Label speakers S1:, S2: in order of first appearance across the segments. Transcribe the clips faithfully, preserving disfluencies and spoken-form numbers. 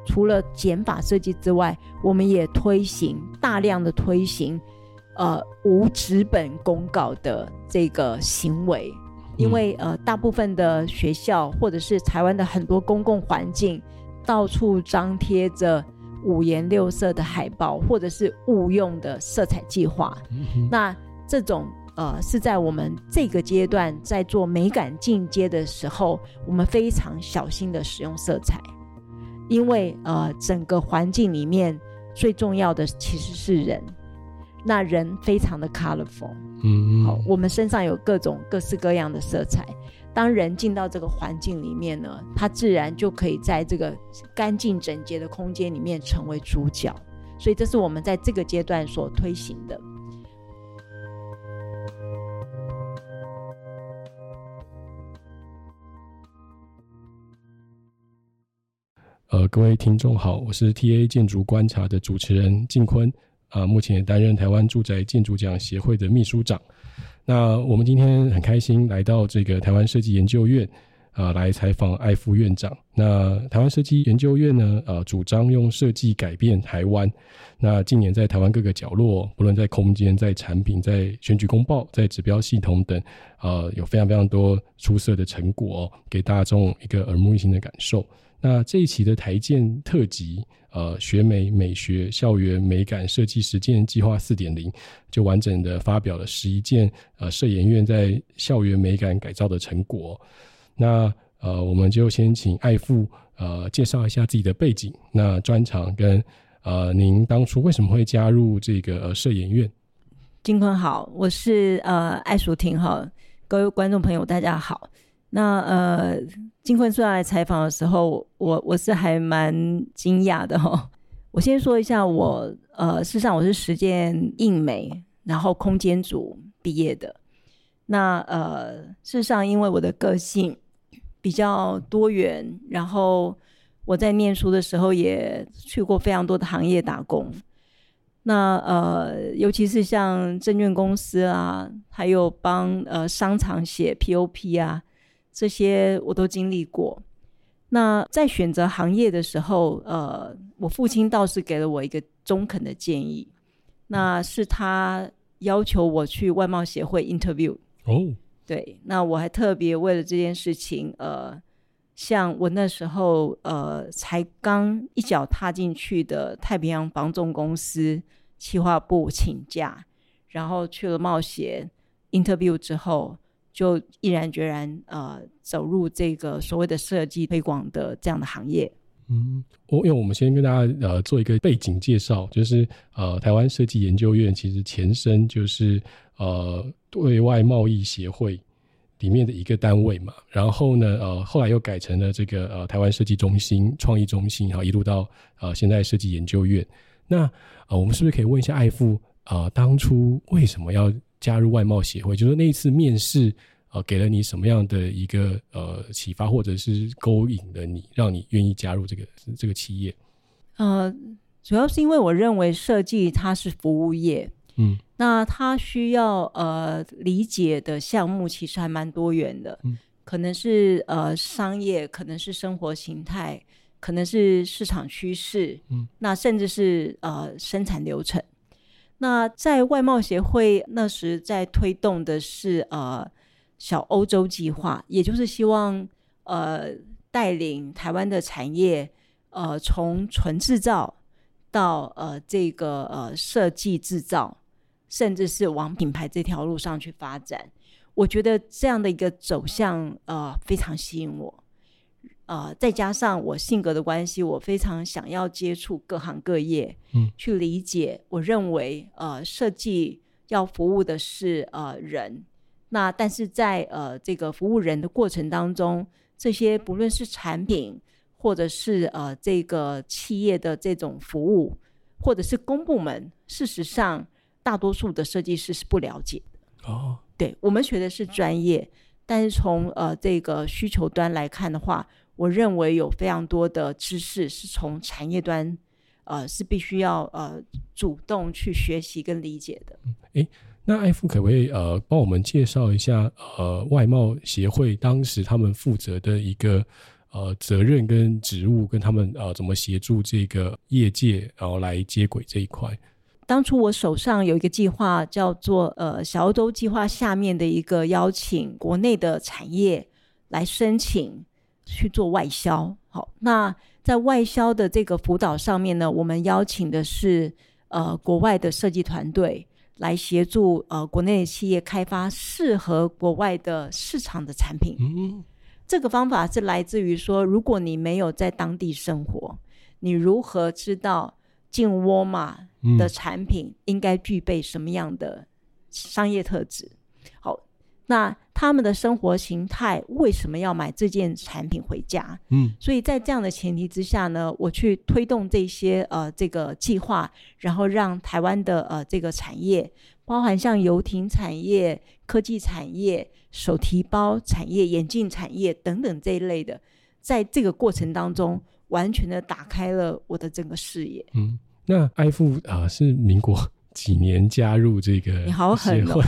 S1: 除了减法设计之外，我们也推行大量的推行呃无纸本公告的这个行为。因为呃大部分的学校或者是台湾的很多公共环境到处张贴着五颜六色的海报或者是误用的色彩计划、嗯、那这种呃是在我们这个阶段在做美感进阶的时候，我们非常小心的使用色彩。因为呃整个环境里面最重要的其实是人，那人非常的 colorful， 嗯，好，我们身上有各种各式各样的色彩，当人进到这个环境里面呢，他自然就可以在这个干净整洁的空间里面成为主角，所以这是我们在这个阶段所推行的。
S2: 呃，各位听众好，我是 T A 建筑观察的主持人进坤，啊、呃，目前也担任台湾住宅建筑奖协会的秘书长。那我们今天很开心来到这个台湾设计研究院，啊、呃，来采访艾副院长。那台湾设计研究院呢，呃，主张用设计改变台湾。那近年在台湾各个角落，不论在空间、在产品、在选举公报、在指标系统等，呃，有非常非常多出色的成果、哦，给大众一个耳目一新的感受。那这一期的台建特辑，呃，学美美学校园美感设计实践计划 四点零 就完整的发表了十一件呃设研院在校园美感改造的成果。那呃，我们就先请艾副呃介绍一下自己的背景，那专长跟呃您当初为什么会加入这个呃设研院？
S1: 金坤好，我是呃艾淑婷哈，各位观众朋友大家好。那呃，金坤出来采访的时候，我我是还蛮惊讶的哈。我先说一下我，呃，事实上我是实践印美，然后空间组毕业的。那呃，事实上因为我的个性比较多元，然后我在念书的时候也去过非常多的行业打工。那呃，尤其是像证券公司啊，还有帮呃商场写 P O P 啊。这些我都经历过。那在选择行业的时候，呃，我父亲倒是给了我一个中肯的建议，那是他要求我去外贸协会 interview。哦，对，那我还特别为了这件事情，呃，像我那时候呃才刚一脚踏进去的太平洋房仲公司企划部请假，然后去了贸协 interview 之后。就毅然决然呃走入这个所谓的设计推广的这样的行业。
S2: 嗯，因为我们先跟大家呃做一个背景介绍，就是呃台湾设计研究院其实前身就是呃对外贸易协会里面的一个单位嘛，然后呢呃后来又改成了这个呃台湾设计中心、创意中心，然后一路到呃现在设计研究院。那呃我们是不是可以问一下艾副呃当初为什么要加入外贸协会？就是那一次面试，呃，给了你什么样的一个呃启发，或者是勾引了你，让你愿意加入这个这个企业？
S1: 呃，主要是因为我认为设计它是服务业，嗯，那它需要呃理解的项目其实还蛮多元的，嗯，可能是呃商业，可能是生活形态，可能是市场趋势，嗯，那甚至是呃生产流程。那在外贸协会那时在推动的是呃小欧洲计划，也就是希望呃带领台湾的产业呃从纯制造到呃这个呃设计制造，甚至是往品牌这条路上去发展。我觉得这样的一个走向呃非常吸引我。呃，再加上我性格的关系，我非常想要接触各行各业，嗯，去理解。我认为，呃，设计要服务的是呃人，那但是在呃这个服务人的过程当中，这些不论是产品，或者是呃这个企业的这种服务，或者是公部门，事实上大多数的设计师是不了解的。哦，对，我们学的是专业，但是从呃这个需求端来看的话，我认为有非常多的知识是从产业端呃是必须要呃主动去学习跟理解的。
S2: 诶，那艾副可不可以呃帮我们介绍一下呃外贸协会当时他们负责的一个呃责任跟职务，跟他们呃怎么协助这个业界然后来接轨这一块？
S1: 当初我手上有一个计划叫做呃小欧洲计划下面的一个邀请国内的产业来申请去做外销。好，那在外销的这个辅导上面呢，我们邀请的是呃国外的设计团队来协助呃国内的企业开发适合国外的市场的产品。嗯，这个方法是来自于说，如果你没有在当地生活，你如何知道进沃尔玛的产品应该具备什么样的商业特质？好，那他们的生活形态为什么要买这件产品回家？嗯，所以在这样的前提之下呢，我去推动这些呃这个计划，然后让台湾的呃这个产业，包含像游艇产业、科技产业、手提包产业、眼镜产业等等这一类的，在这个过程当中完全的打开了我的整个视野。
S2: 嗯，那爱富啊、呃、是民国几年加入这个协会？
S1: 你好狠哦！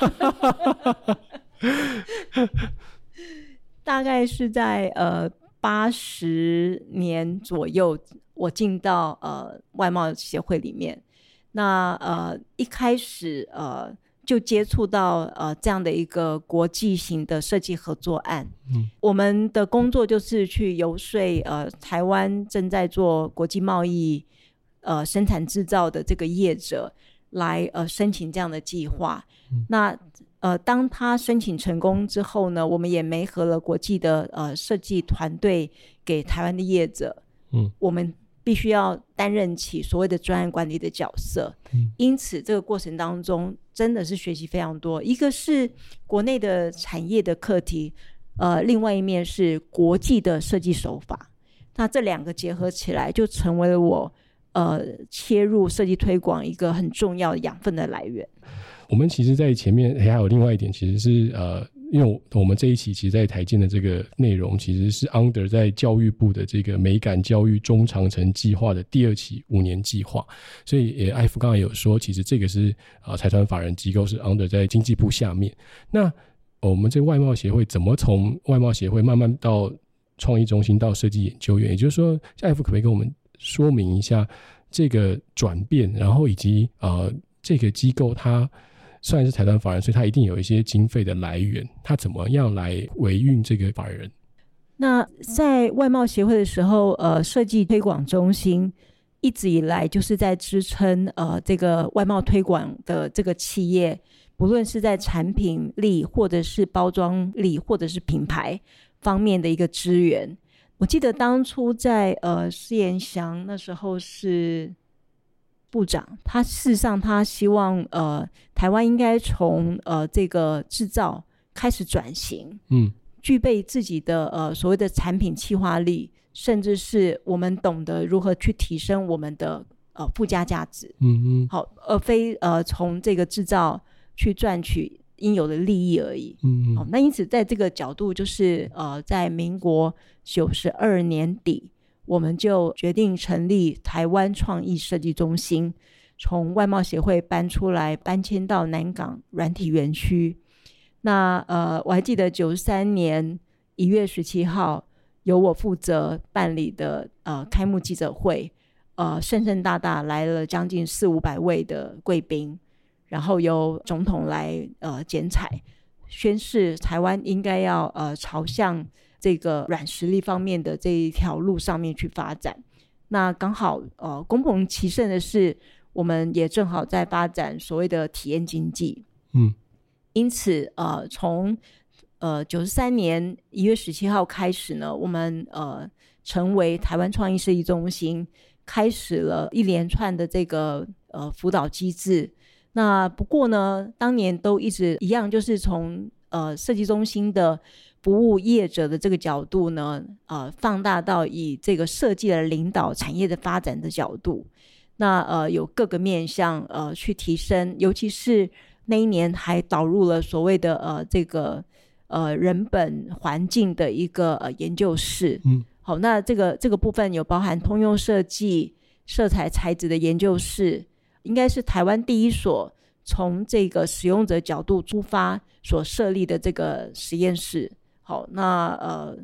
S1: 大概是在呃八十年左右，我进到呃外贸协会里面。那呃一开始呃就接触到呃这样的一个国际型的设计合作案。嗯，我们的工作就是去游说呃台湾正在做国际贸易呃生产制造的这个业者来呃申请这样的计划。嗯，那呃当他申请成功之后呢，我们也媒合了国际的呃设计团队给台湾的业者。嗯，我们必须要担任起所谓的专案管理的角色。嗯，因此这个过程当中真的是学习非常多，一个是国内的产业的课题，呃，另外一面是国际的设计手法，那这两个结合起来就成为了我呃切入设计推广一个很重要的养分的来源。
S2: 我们其实在前面还有另外一点，其实是呃因为我们这一期其实在台建的这个内容其实是 under 在教育部的这个美感教育中长程计划的第二期五年计划，所以也艾夫刚才有说其实这个是呃财团法人机构是 under 在经济部下面。那我们这个外贸协会怎么从外贸协会慢慢到创意中心到设计研究院，也就是说艾夫可不可以跟我们说明一下这个转变，然后以及呃这个机构它虽然是财团法人，所以它一定有一些经费的来源，它怎么样来维运这个法人？
S1: 那在外贸协会的时候，呃，设计推广中心一直以来就是在支撑呃这个外贸推广的这个企业，不论是在产品力或者是包装力或者是品牌方面的一个支援。我记得当初在呃施延祥那时候是部长，他事实上他希望呃台湾应该从呃这个制造开始转型，嗯，具备自己的呃所谓的产品企划力，甚至是我们懂得如何去提升我们的呃附加价值，嗯嗯，好，而非呃从这个制造去赚取应有的利益而已，嗯嗯，好，那因此在这个角度就是呃在民国九十二年底。我们就决定成立台湾创意设计中心，从外贸协会搬出来，搬迁到南港软体园区。那呃，我还记得九十三年一月十七号，由我负责办理的呃开幕记者会，呃，盛盛大大来了将近四五百位的贵宾，然后由总统来呃剪彩，宣示台湾应该要呃朝向这个软实力方面的这一条路上面去发展。那刚好呃，恭逢其盛的是，我们也正好在发展所谓的体验经济。嗯，因此呃，从呃九十三年一月十七号开始呢，我们呃成为台湾创意设计中心，开始了一连串的这个呃辅导机制。那不过呢，当年都一直一样，就是从呃设计中心的服务业者的这个角度呢，呃，放大到以这个设计的领导产业的发展的角度，那呃有各个面向呃去提升，尤其是那一年还导入了所谓的呃这个呃人本环境的一个呃研究室。嗯，好，那这个这个部分有包含通用设计、色彩材质的研究室，应该是台湾第一所从这个使用者角度出发所设立的这个实验室。好，那呃，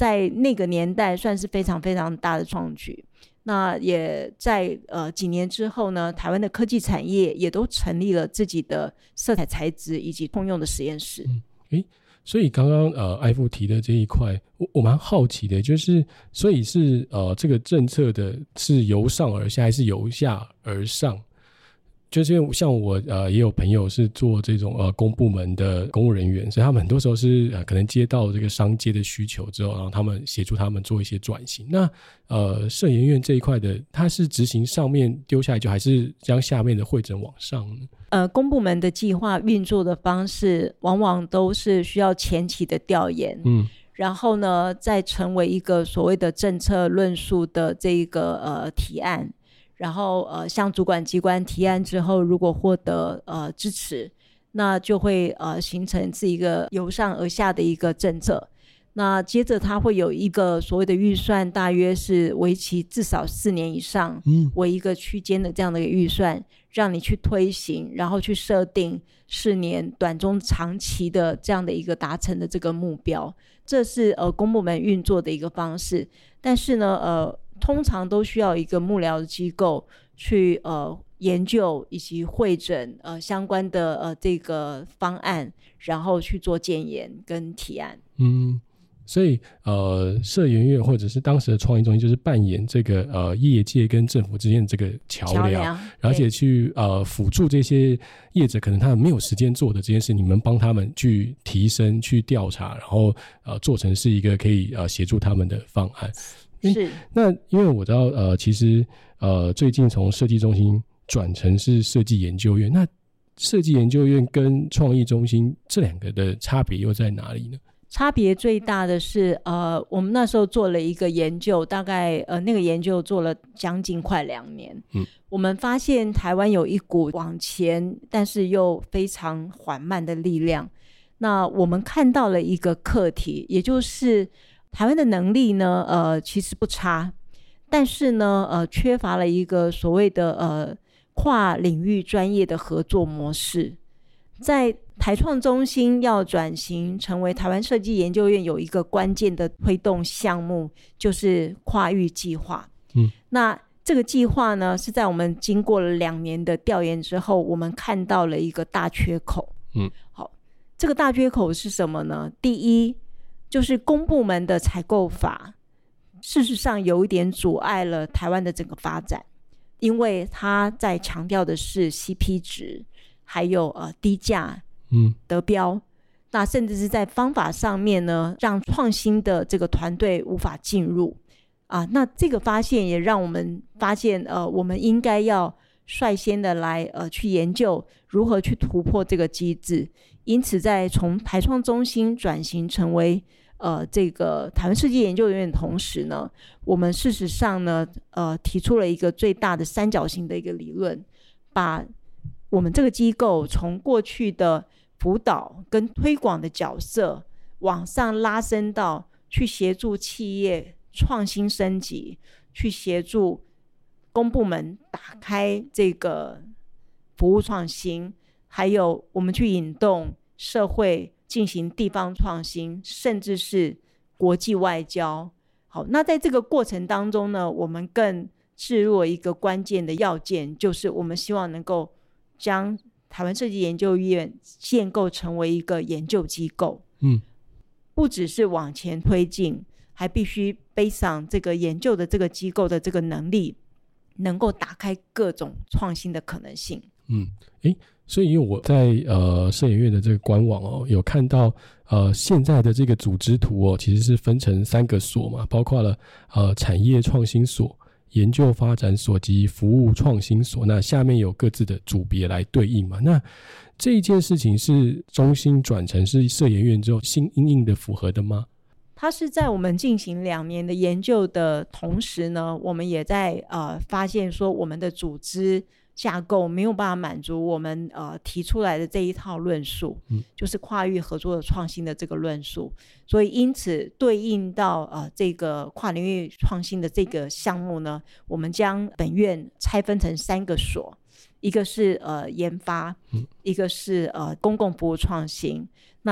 S1: 在那个年代算是非常非常大的创举。那也在呃几年之后呢，台湾的科技产业也都成立了自己的色彩材质以及通用的实验室。
S2: 嗯，诶，所以刚刚呃艾父提的这一块，我我蛮好奇的，就是所以是呃这个政策的是由上而下还是由下而上？就是因为像我呃也有朋友是做这种呃公部门的公务人员，所以他们很多时候是呃可能接到这个商界的需求之后，然后他们协助他们做一些转型。那呃社研院这一块的，它是执行上面丢下来就还是将下面的汇整往上呢？
S1: 呃，公部门的计划运作的方式，往往都是需要前期的调研，嗯，然后呢，再成为一个所谓的政策论述的这一个呃提案。然后呃，向主管机关提案之后，如果获得呃支持，那就会呃形成是一个由上而下的一个政策。那接着它会有一个所谓的预算，大约是为期至少四年以上，嗯，为一个区间的这样的一个预算，让你去推行，然后去设定四年短中长期的这样的一个达成的这个目标。这是呃公部门运作的一个方式。但是呢，呃。通常都需要一个幕僚的机构去呃研究以及汇整呃相关的呃这个方案，然后去做建言跟提案。嗯，
S2: 所以呃社研院或者是当时的创意中心就是扮演这个呃业界跟政府之间的这个桥梁，桥梁而且去呃辅助这些业者可能他们没有时间做的这件事，你们帮他们去提升、去调查，然后呃做成是一个可以呃协助他们的方案。
S1: 是，
S2: 那因为我知道呃其实呃最近从设计中心转成是设计研究院，那设计研究院跟创意中心这两个的差别又在哪里呢？
S1: 差别最大的是呃我们那时候做了一个研究，大概呃那个研究做了将近快两年。嗯，我们发现台湾有一股往前但是又非常缓慢的力量。那我们看到了一个课题，也就是台湾的能力呢，呃，其实不差，但是呢，呃，缺乏了一个所谓的呃跨领域专业的合作模式。在台创中心要转型成为台湾设计研究院，有一个关键的推动项目，就是跨域计划。嗯，那这个计划呢，是在我们经过了两年的调研之后，我们看到了一个大缺口。嗯，好，这个大缺口是什么呢？第一，就是公部门的采购法事实上有一点阻碍了台湾的整个发展，因为它在强调的是 C P 值，还有呃低价得标、嗯、那甚至是在方法上面呢，让创新的这个团队无法进入啊。那这个发现也让我们发现呃我们应该要率先的来呃去研究如何去突破这个机制。因此在从台创中心转型成为呃，这个台湾设计研究院的同时呢，我们事实上呢，呃，提出了一个最大的三角形的一个理论，把我们这个机构从过去的辅导跟推广的角色往上拉伸到去协助企业创新升级，去协助公部门打开这个服务创新，还有我们去引动社会进行地方创新，甚至是国际外交。好，那在这个过程当中呢，我们更置入了一个关键的要件，就是我们希望能够将台湾设计研究院建构成为一个研究机构。嗯，不只是往前推进，还必须背上这个研究的这个机构的这个能力，能够打开各种创新的可能性。
S2: 嗯，诶，所以因为我在呃社研院的这个官网哦，有看到呃现在的这个组织图哦，其实是分成三个所嘛，包括了呃产业创新所、研究发展所及服务创新所。那下面有各自的组别来对应嘛。那这一件事情是中心转成是社研院之后新因应的符合的吗？
S1: 它是在我们进行两年的研究的同时呢，我们也在呃发现说我们的组织架构没有办法满足我们呃提出来的这一套论述、嗯、就是跨域合作的创新的这个论述。所以因此对应到呃这个跨领域创新的这个项目呢，我们将本院拆分成三个所，一个是呃研发、嗯、一个是呃公共服务创新，那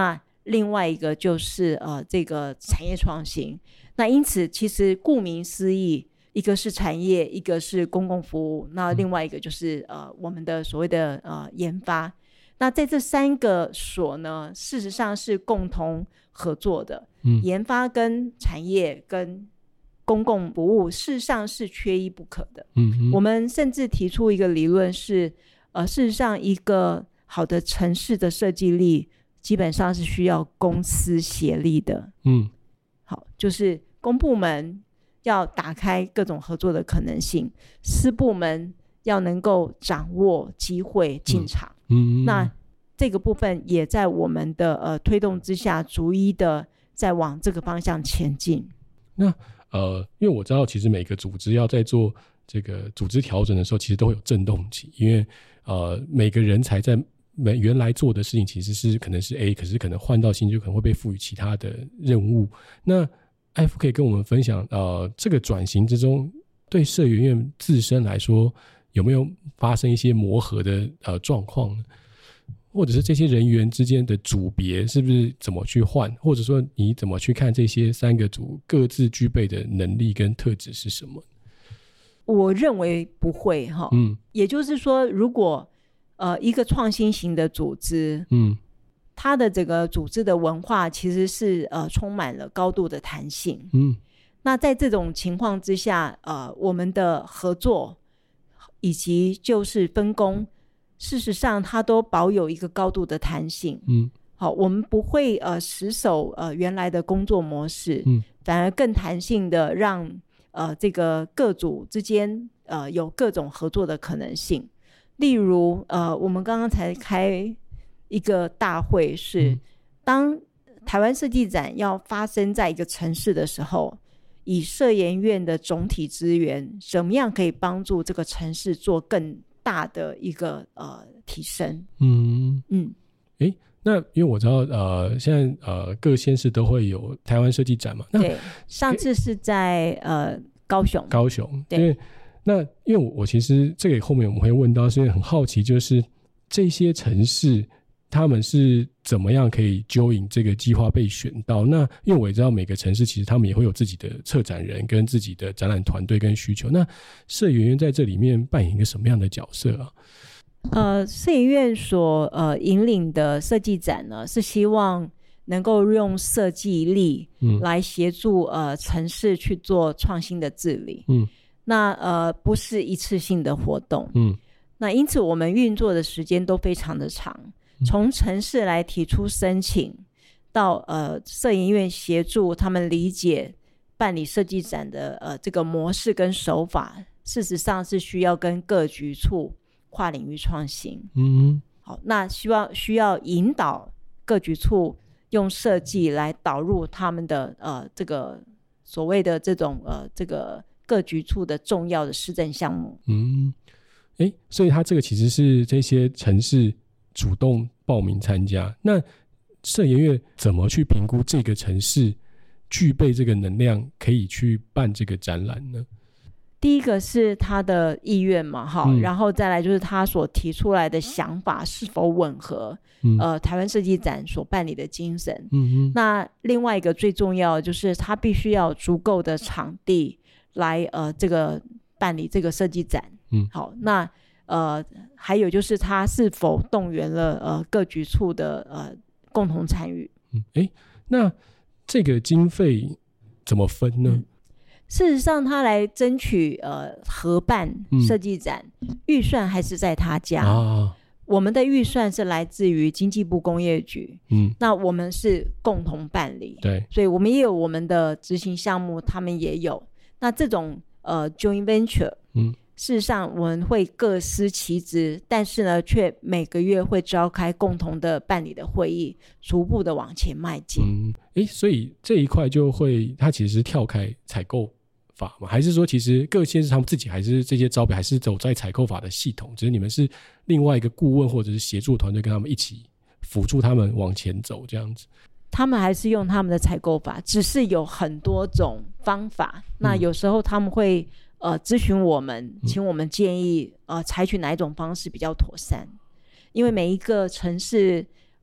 S1: 另外一个就是呃这个产业创新。那因此其实顾名思义，一个是产业，一个是公共服务，那另外一个就是呃我们的所谓的呃研发。那在这三个所呢，事实上是共同合作的，嗯，研发跟产业跟公共服务事实上是缺一不可的。嗯，我们甚至提出一个理论是，呃，事实上一个好的城市的设计力，基本上是需要公私协力的。嗯，好，就是公部门要打开各种合作的可能性，私部门要能够掌握机会进场。嗯，那这个部分也在我们的呃推动之下，逐一的在往这个方向前进。
S2: 那呃，因为我知道，其实每个组织要在做这个组织调整的时候，其实都会有震动期，因为呃每个人才在每原来做的事情其实是可能是 A， 可是可能换到新就可能会被赋予其他的任务。那艾夫可以跟我们分享，呃，这个转型之中，对社研院自身来说，有没有发生一些磨合的呃状况呢？或者是这些人员之间的组别是不是怎么去换？或者说你怎么去看这些三个组各自具备的能力跟特质是什么？
S1: 我认为不会哈，嗯，也就是说，如果呃一个创新型的组织，嗯。它的这个组织的文化其实是呃充满了高度的弹性，嗯，那在这种情况之下，呃，我们的合作以及就是分工，事实上它都保有一个高度的弹性，嗯，好，我们不会呃死守呃原来的工作模式，嗯，反而更弹性的让呃这个各组之间呃有各种合作的可能性。例如呃我们刚刚才开一个大会是，当台湾设计展要发生在一个城市的时候，以社研院的总体资源，怎么样可以帮助这个城市做更大的一个呃提升？嗯
S2: 嗯，诶，那因为我知道呃，现在呃各县市都会有台湾设计展嘛，那
S1: 对，上次是在呃高雄，
S2: 高雄，对。那因为我我其实这个后面我们会问到，是很好奇，就是这些城市他们是怎么样可以揪引这个计划被选到？那因为我也知道每个城市其实他们也会有自己的策展人跟自己的展览团队跟需求，那社研院在这里面扮演一个什么样的角色啊？
S1: 呃，社研院所呃引领的设计展呢，是希望能够用设计力来协助、嗯、呃城市去做创新的治理。嗯，那呃不是一次性的活动。嗯，那因此我们运作的时间都非常的长。从城市来提出申请到呃社研院协助他们理解办理设计展的呃这个模式跟手法，事实上是需要跟各局处跨领域创新。嗯，好，那需要需要引导各局处用设计来导入他们的呃这个所谓的这种呃这个各局处的重要的施政项目。
S2: 嗯，诶，所以它这个其实是这些城市主动报名参加，那社研院怎么去评估这个城市具备这个能量可以去办这个展览呢？
S1: 第一个是他的意愿嘛，哈、嗯，然后再来就是他所提出来的想法是否吻合、嗯、呃台湾设计展所办理的精神。嗯嗯，那另外一个最重要的就是他必须要有足够的场地来呃这个办理这个设计展。嗯，好，那呃，还有就是他是否动员了呃各局处的呃共同参与。
S2: 嗯，哎，那这个经费怎么分呢？嗯、
S1: 事实上，他来争取呃合办设计展，嗯、预算还是在他家。啊，我们的预算是来自于经济部工业局。嗯，那我们是共同办理。
S2: 对，
S1: 所以我们也有我们的执行项目，他们也有。那这种呃 joint venture， 嗯。事实上我们会各司其职，但是呢却每个月会召开共同的办理的会议，逐步的往前迈进。嗯，
S2: 诶，所以这一块就会它其实是跳开采购法吗？还是说其实各县市他们自己还是这些招标还是走在采购法的系统，只是你们是另外一个顾问或者是协助团队跟他们一起辅助他们往前走这样子？
S1: 他们还是用他们的采购法，只是有很多种方法。那有时候他们会呃，咨询我们，请我们建议呃，采取哪一种方式比较妥善？因为每一个城市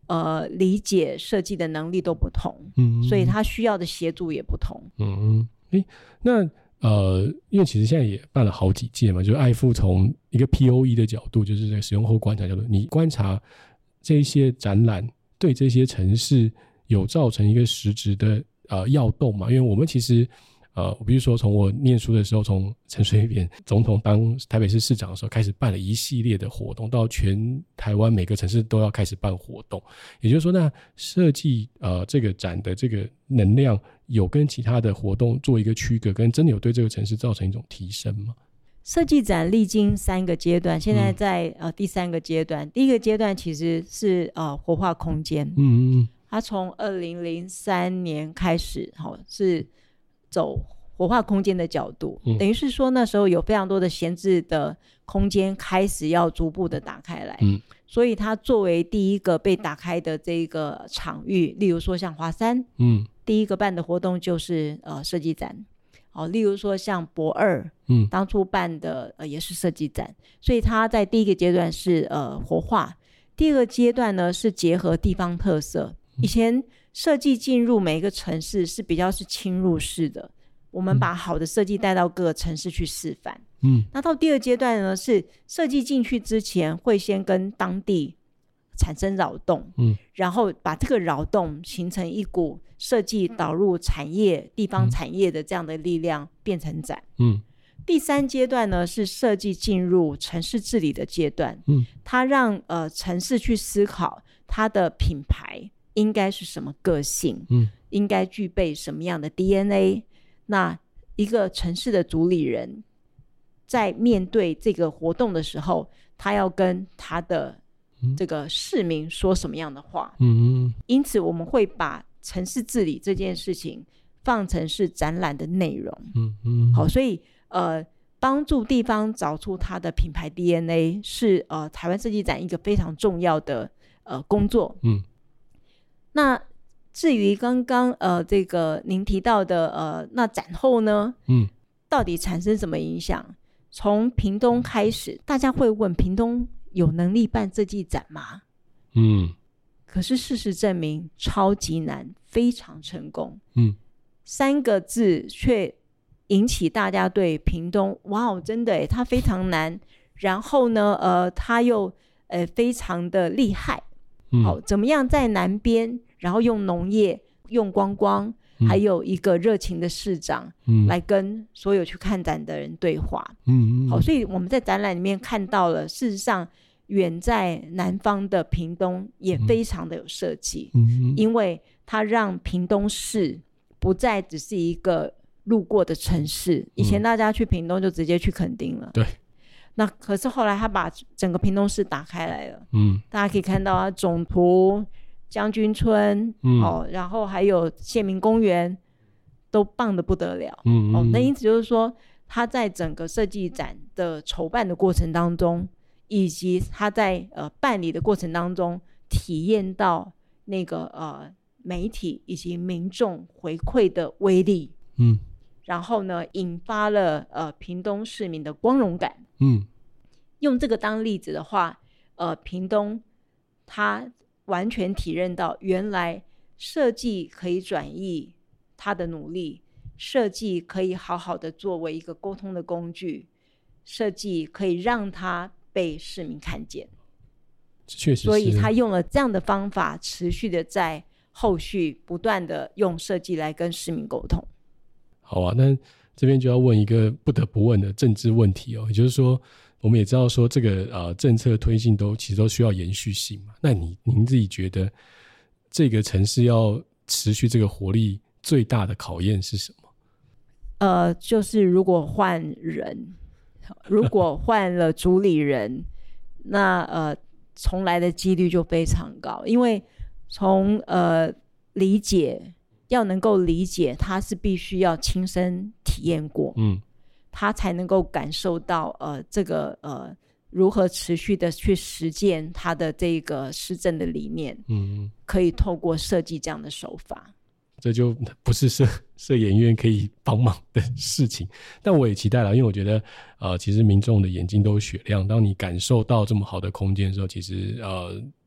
S1: 呃理解设计的能力都不同，
S2: 嗯，
S1: 所以他需要的协助也不同。
S2: 嗯，诶，那呃，因为其实现在也办了好几届嘛，就是爱富从一个 P O E 的角度，就是这个使用后观察角度，你观察这些展览对这些城市有造成一个实质的呃跃动嘛？因为我们其实呃，比如说从我念书的时候，从陈水扁总统当台北市市长的时候开始办了一系列的活动，到全台湾每个城市都要开始办活动。也就是说，那设计呃这个展的这个能量有跟其他的活动做一个区隔，跟真的有对这个城市造成一种提升吗？
S1: 设计展历经三个阶段，现在在、嗯、呃第三个阶段。第一个阶段其实是呃活化空间，嗯嗯，它从二零零三年开始，哦，是走活化空间的角度，嗯，等于是说那时候有非常多的闲置的空间开始要逐步的打开来，嗯，所以它作为第一个被打开的这个场域，例如说像华山，嗯，第一个办的活动就是呃设计展。哦，例如说像博二，嗯，当初办的呃也是设计展，所以它在第一个阶段是呃活化，第二个阶段呢是结合地方特色。以前设计进入每一个城市是比较是侵入式的，我们把好的设计带到各个城市去示范，嗯，那到第二阶段呢是设计进去之前会先跟当地产生扰动，嗯，然后把这个扰动形成一股设计导入产业地方产业的这样的力量变成展，嗯，第三阶段呢是设计进入城市治理的阶段，嗯，它让呃城市去思考它的品牌应该是什么个性，嗯，应该具备什么样的 D N A， 那一个城市的主理人在面对这个活动的时候，他要跟他的这个市民说什么样的话，嗯，因此我们会把城市治理这件事情放成是展览的内容，嗯嗯，好，所以呃，帮助地方找出它的品牌 D N A 是呃台湾设计展一个非常重要的呃工作，嗯，那至于刚刚呃这个您提到的呃那展后呢，嗯，到底产生什么影响？从屏东开始，大家会问屏东有能力办设计展吗？嗯，可是事实证明超级难，非常成功，嗯，三个字却引起大家对屏东哇真的耶它非常难，然后呢呃它又呃非常的厉害，嗯，好，怎么样在南边然后用农业用观光，嗯，还有一个热情的市长，嗯，来跟所有去看展的人对话，嗯，好，所以我们在展览里面看到了事实上远在南方的屏东也非常的有设计，嗯，因为它让屏东市不再只是一个路过的城市，以前大家去屏东就直接去垦丁了，对，那可是后来他把整个屏东市打开来了，嗯，大家可以看到啊总图将军村，嗯哦，然后还有县民公园都棒得不得了，嗯, 嗯哦，那因此就是说他在整个设计展的筹办的过程当中，以及他在呃办理的过程当中体验到那个呃媒体以及民众回馈的威力，嗯，然后呢引发了呃屏东市民的光荣感，嗯，用这个当例子的话，呃屏东他完全体认到原来设计可以转移他的努力，设计可以好好的作为一个沟通的工具，设计可以让他被市民看见，
S2: 确实是，
S1: 所以他用了这样的方法持续的在后续不断的用设计来跟市民沟通。
S2: 好啊，那这边就要问一个不得不问的政治问题哦，也就是说我们也知道说这个呃政策推进都其实都需要延续性嘛，那你您自己觉得这个城市要持续这个活力最大的考验是什么？
S1: 呃，就是如果换人，如果换了主理人，那呃重来的几率就非常高，因为从呃理解要能够理解，他是必须要亲身体验过，嗯，他才能够感受到呃这个呃如何持续的去实践他的这个施政的理念，嗯，可以透过设计这样的手法。
S2: 这就不是设设研院可以帮忙的事情，但我也期待了，因为我觉得呃，其实民众的眼睛都雪亮，当你感受到这么好的空间的时候，其实呃，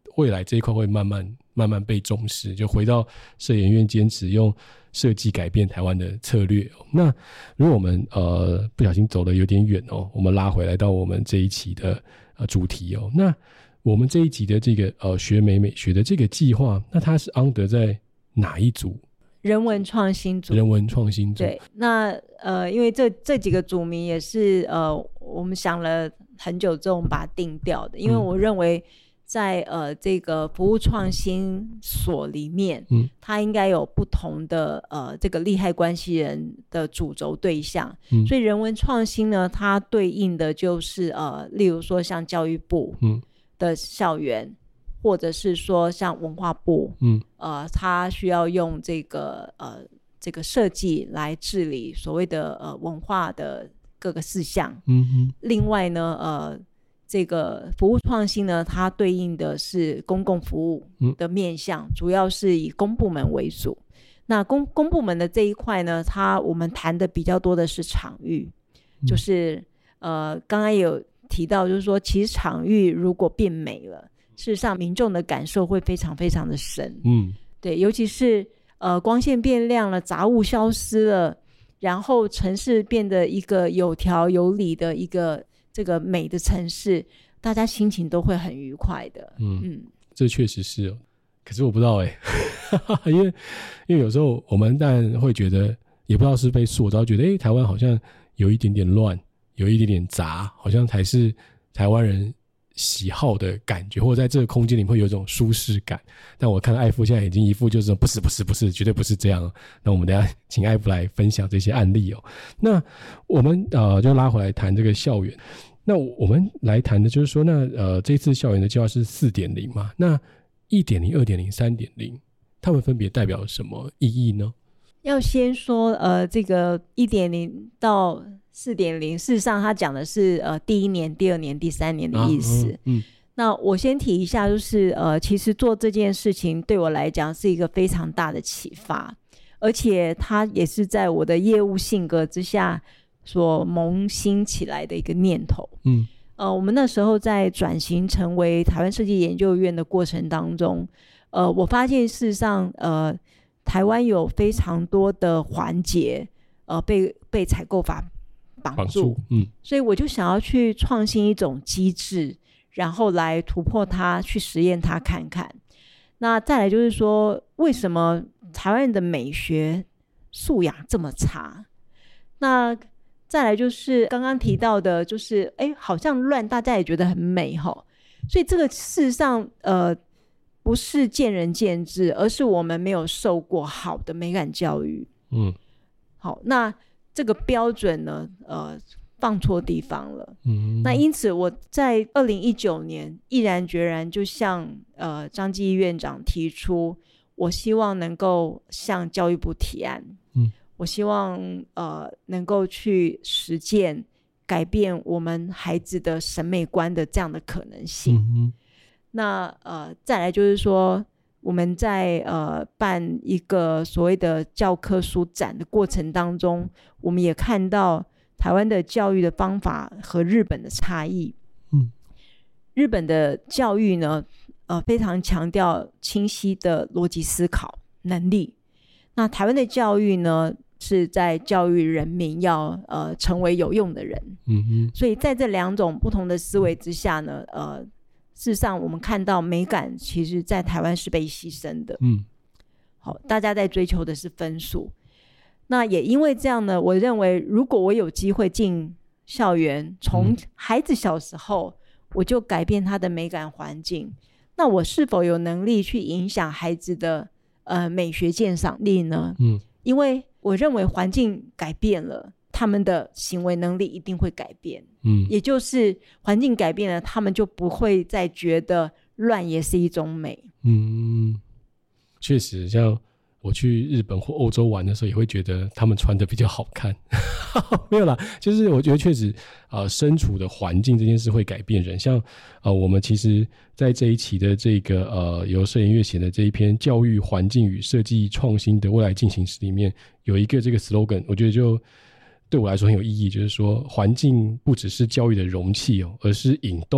S2: 未来这一块会慢慢慢慢被重视，就回到社研院坚持用设计改变台湾的策略、哦、那如果我们呃不小心走得有点远哦，我们拉回来到我们这一期的呃主题哦，那我们这一集的这个呃学美美学的这个计划，那它是 under 在哪一组？
S1: 人文创新组。
S2: 人文创新组。
S1: 对，那呃因为这这几个组名也是呃我们想了很久之后我们把它定掉的，因为我认为在呃这个服务创新所里面，嗯，它应该有不同的呃这个利害关系人的主轴对象，嗯，所以人文创新呢，它对应的就是呃例如说像教育部的校园，嗯，或者是说像文化部，嗯，呃，它需要用这个呃这个设计来治理所谓的呃文化的各个事项，嗯哼。另外呢，呃。这个服务创新呢，它对应的是公共服务的面向，嗯，主要是以公部门为主。那 公, 公部门的这一块呢，它我们谈的比较多的是场域，嗯，就是呃，刚刚也有提到，就是说，其实场域如果变美了，事实上民众的感受会非常非常的深，嗯，对，尤其是呃光线变亮了，杂物消失了，然后城市变得一个有条有理的一个。这个美的城市，大家心情都会很愉快的。嗯嗯，
S2: 这确实是哦。可是我不知道哎，因为因为有时候我们当然会觉得，也不知道是被塑造，觉得哎，台湾好像有一点点乱，有一点点杂，好像才是台湾人喜好的感觉，或者在这个空间里会有一种舒适感。但我看到艾夫现在已经一副就是不是不是不是，绝对不是这样。那我们等一下请艾夫来分享这些案例哦。那我们呃就拉回来谈这个校园。那我们来谈的就是说，那呃这次校园的计划是 四点零 嘛？那 一点零、二点零、三点零， 它们分别代表什么意义呢？
S1: 要先说呃这个 一点零 到 四点零， 事实上它讲的是呃第一年、第二年、第三年的意思。啊、嗯, 嗯那我先提一下，就是呃其实做这件事情对我来讲是一个非常大的启发，而且它也是在我的业务性格之下所萌sinh起来的一个念头。嗯，呃，我们那时候在转型成为台湾设计研究院的过程当中，呃，我发现事实上，呃，台湾有非常多的环节，呃，被被采购法绑住，绑住嗯，所以我就想要去创新一种机制，然后来突破它，去实验它看看。那再来就是说，为什么台湾人的美学素养这么差？那再来就是刚刚提到的，就是哎，好像乱，大家也觉得很美哈。所以这个事实上，呃，不是见仁见智，而是我们没有受过好的美感教育。嗯，好，那这个标准呢，呃，放错地方了。嗯，那因此我在二零一九年毅然决然就向呃张继义院长提出，我希望能够向教育部提案。嗯。我希望呃能够去实践改变我们孩子的审美观的这样的可能性。嗯、那呃再来就是说，我们在呃办一个所谓的教科书展的过程当中，我们也看到台湾的教育的方法和日本的差异。嗯，日本的教育呢，呃非常强调清晰的逻辑思考能力。那台湾的教育呢，是在教育人民要呃成为有用的人。嗯哼，所以在这两种不同的思维之下呢，呃，事实上我们看到美感其实在台湾是被牺牲的。嗯，好，大家在追求的是分数。那也因为这样呢，我认为如果我有机会进校园，从孩子小时候我就改变他的美感环境，那我是否有能力去影响孩子的呃美学鉴赏力呢？嗯，因为我认为环境改变了，他们的行为能力一定会改变。嗯，也就是环境改变了，他们就不会再觉得乱也是一种美。
S2: 嗯，确实，像我去日本或欧洲玩的时候，也会觉得他们穿的比较好看。没有啦，就是我觉得确实呃，身处的环境这件事会改变人。像呃，我们其实在这一期的这个呃由社研院写的这一篇教育环境与设计创新的未来进行时里面，有一个这个 slogan， 我觉得就对我来说很有意义，就是说环境不只是教育的容器哦，而是引动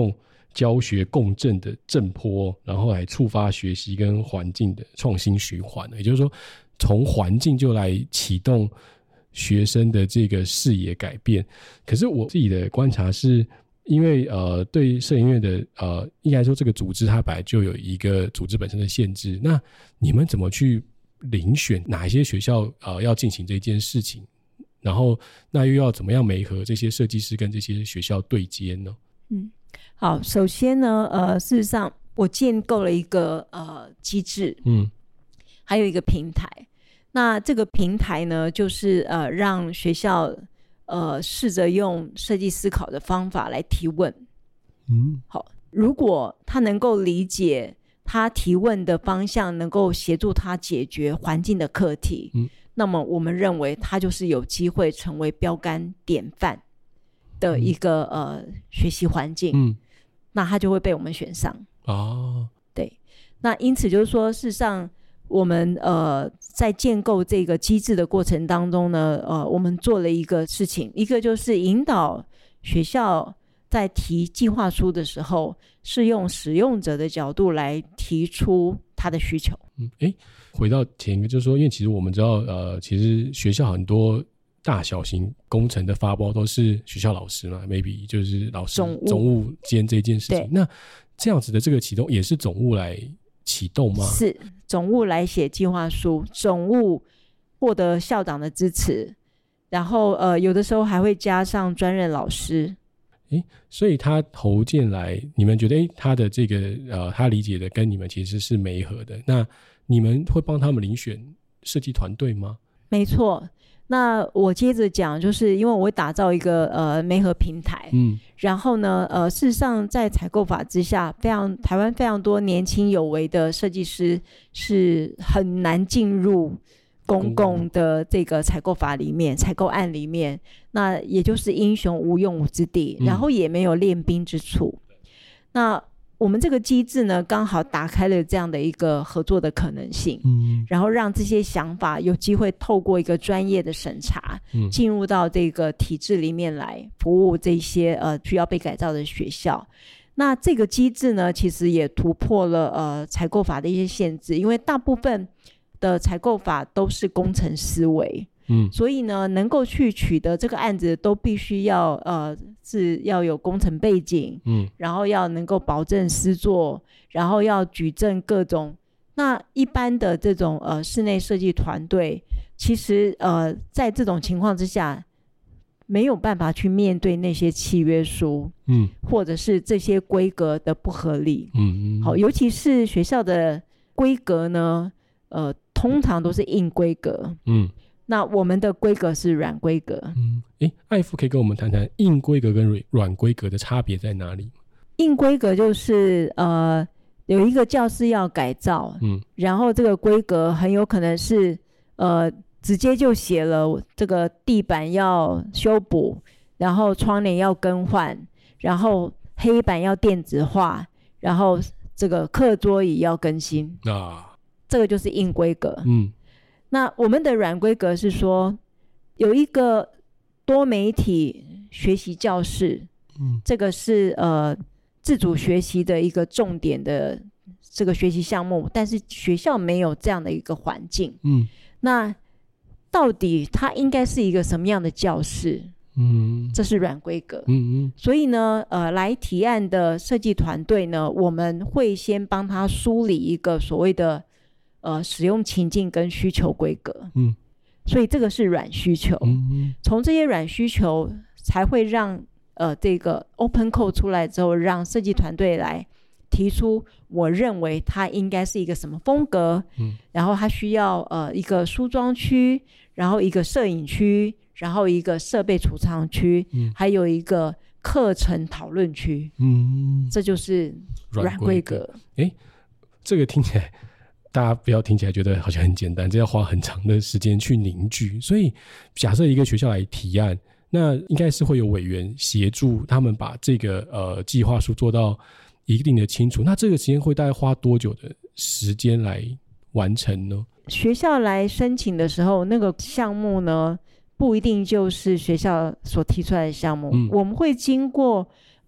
S2: 教学共振的振波，然后来触发学习跟环境的创新循环。也就是说从环境就来启动学生的这个视野改变。可是我自己的观察是，因为呃，对摄影院的呃，应该说这个组织它本来就有一个组织本身的限制，那你们怎么去遴选哪一些学校呃要进行这件事情？然后那又要怎么样媒合这些设计师跟这些学校对接呢？
S1: 嗯，好，首先呢，呃，事实上我建构了一个呃机制，嗯，还有一个平台。那这个平台呢，就是呃让学校呃试着用设计思考的方法来提问。嗯，好，如果他能够理解他提问的方向，能够协助他解决环境的课题，嗯，那么我们认为他就是有机会成为标杆典范的一个、嗯、呃学习环境，嗯，那他就会被我们选上。哦，对，那因此就是说，事实上我们呃在建构这个机制的过程当中呢，呃，我们做了一个事情，一个就是引导学校在提计划书的时候，是用使用者的角度来提出他的需求。
S2: 嗯，哎，回到前一个，就是说，因为其实我们知道，呃，其实学校很多大小型工程的发包都是学校老师嘛 ，maybe 就是老师总务总务兼这件事情。那这样子的这个启动也是总务来启动吗？
S1: 是总务来写计划书，总务获得校长的支持，然后呃有的时候还会加上专任老师。
S2: 诶，所以他投进来，你们觉得诶他的这个呃他理解的跟你们其实是媒合的，那你们会帮他们遴选设计团队吗？
S1: 没错。那我接着讲，就是因为我会打造一个呃媒合平台，嗯，然后呢，呃，事实上在采购法之下，非常台湾非常多年轻有为的设计师是很难进入公共的这个采购法里面、采购案里面，那也就是英雄无用武之地，然后也没有练兵之处。嗯、那我们这个机制呢，刚好打开了这样的一个合作的可能性，嗯，然后让这些想法有机会透过一个专业的审查，嗯，进入到这个体制里面来服务这些呃需要被改造的学校。那这个机制呢，其实也突破了呃采购法的一些限制，因为大部分的采购法都是工程思维。嗯，所以呢，能够去取得这个案子，都必须要呃是要有工程背景，嗯，然后要能够保证施作，然后要举证各种。那一般的这种呃室内设计团队，其实呃在这种情况之下，没有办法去面对那些契约书，嗯，或者是这些规格的不合理，嗯嗯，好，尤其是学校的规格呢，呃，通常都是硬规格，嗯。那我们的规格是软规格。
S2: 嗯，诶，艾夫可以跟我们谈谈硬规格跟软规格的差别在哪里？
S1: 硬规格就是呃有一个教室要改造，嗯，然后这个规格很有可能是呃直接就写了这个地板要修补，然后窗帘要更换，然后黑板要电子化，然后这个课桌椅要更新啊，这个就是硬规格。嗯。那我们的软规格是说，有一个多媒体学习教室，嗯，这个是呃自主学习的一个重点的这个学习项目，但是学校没有这样的一个环境，嗯，那到底它应该是一个什么样的教室？嗯，这是软规格，嗯嗯，所以呢，呃，来提案的设计团队呢，我们会先帮他梳理一个所谓的。呃，使用情境跟需求规格，嗯，所以这个是软需求，嗯，从这些软需求才会让呃这个 open code 出来之后，让设计团队来提出，我认为它应该是一个什么风格，嗯，然后它需要呃一个梳妆区，然后一个摄影区，然后一个设备储藏区，嗯，还有一个课程讨论区，嗯，这就是软规格。
S2: 哎，这个听起来。大家不要听起来觉得好像很简单，这要花很长的时间去凝聚。所以假设一个学校来提案，那应该是会有委员协助他们把这个呃计划书做到一定的清楚。那这个时间会大概花多久的时间来完成呢？
S1: 学校来申请的时候，那个项目呢不一定就是学校所提出来的项目，嗯，我们会经过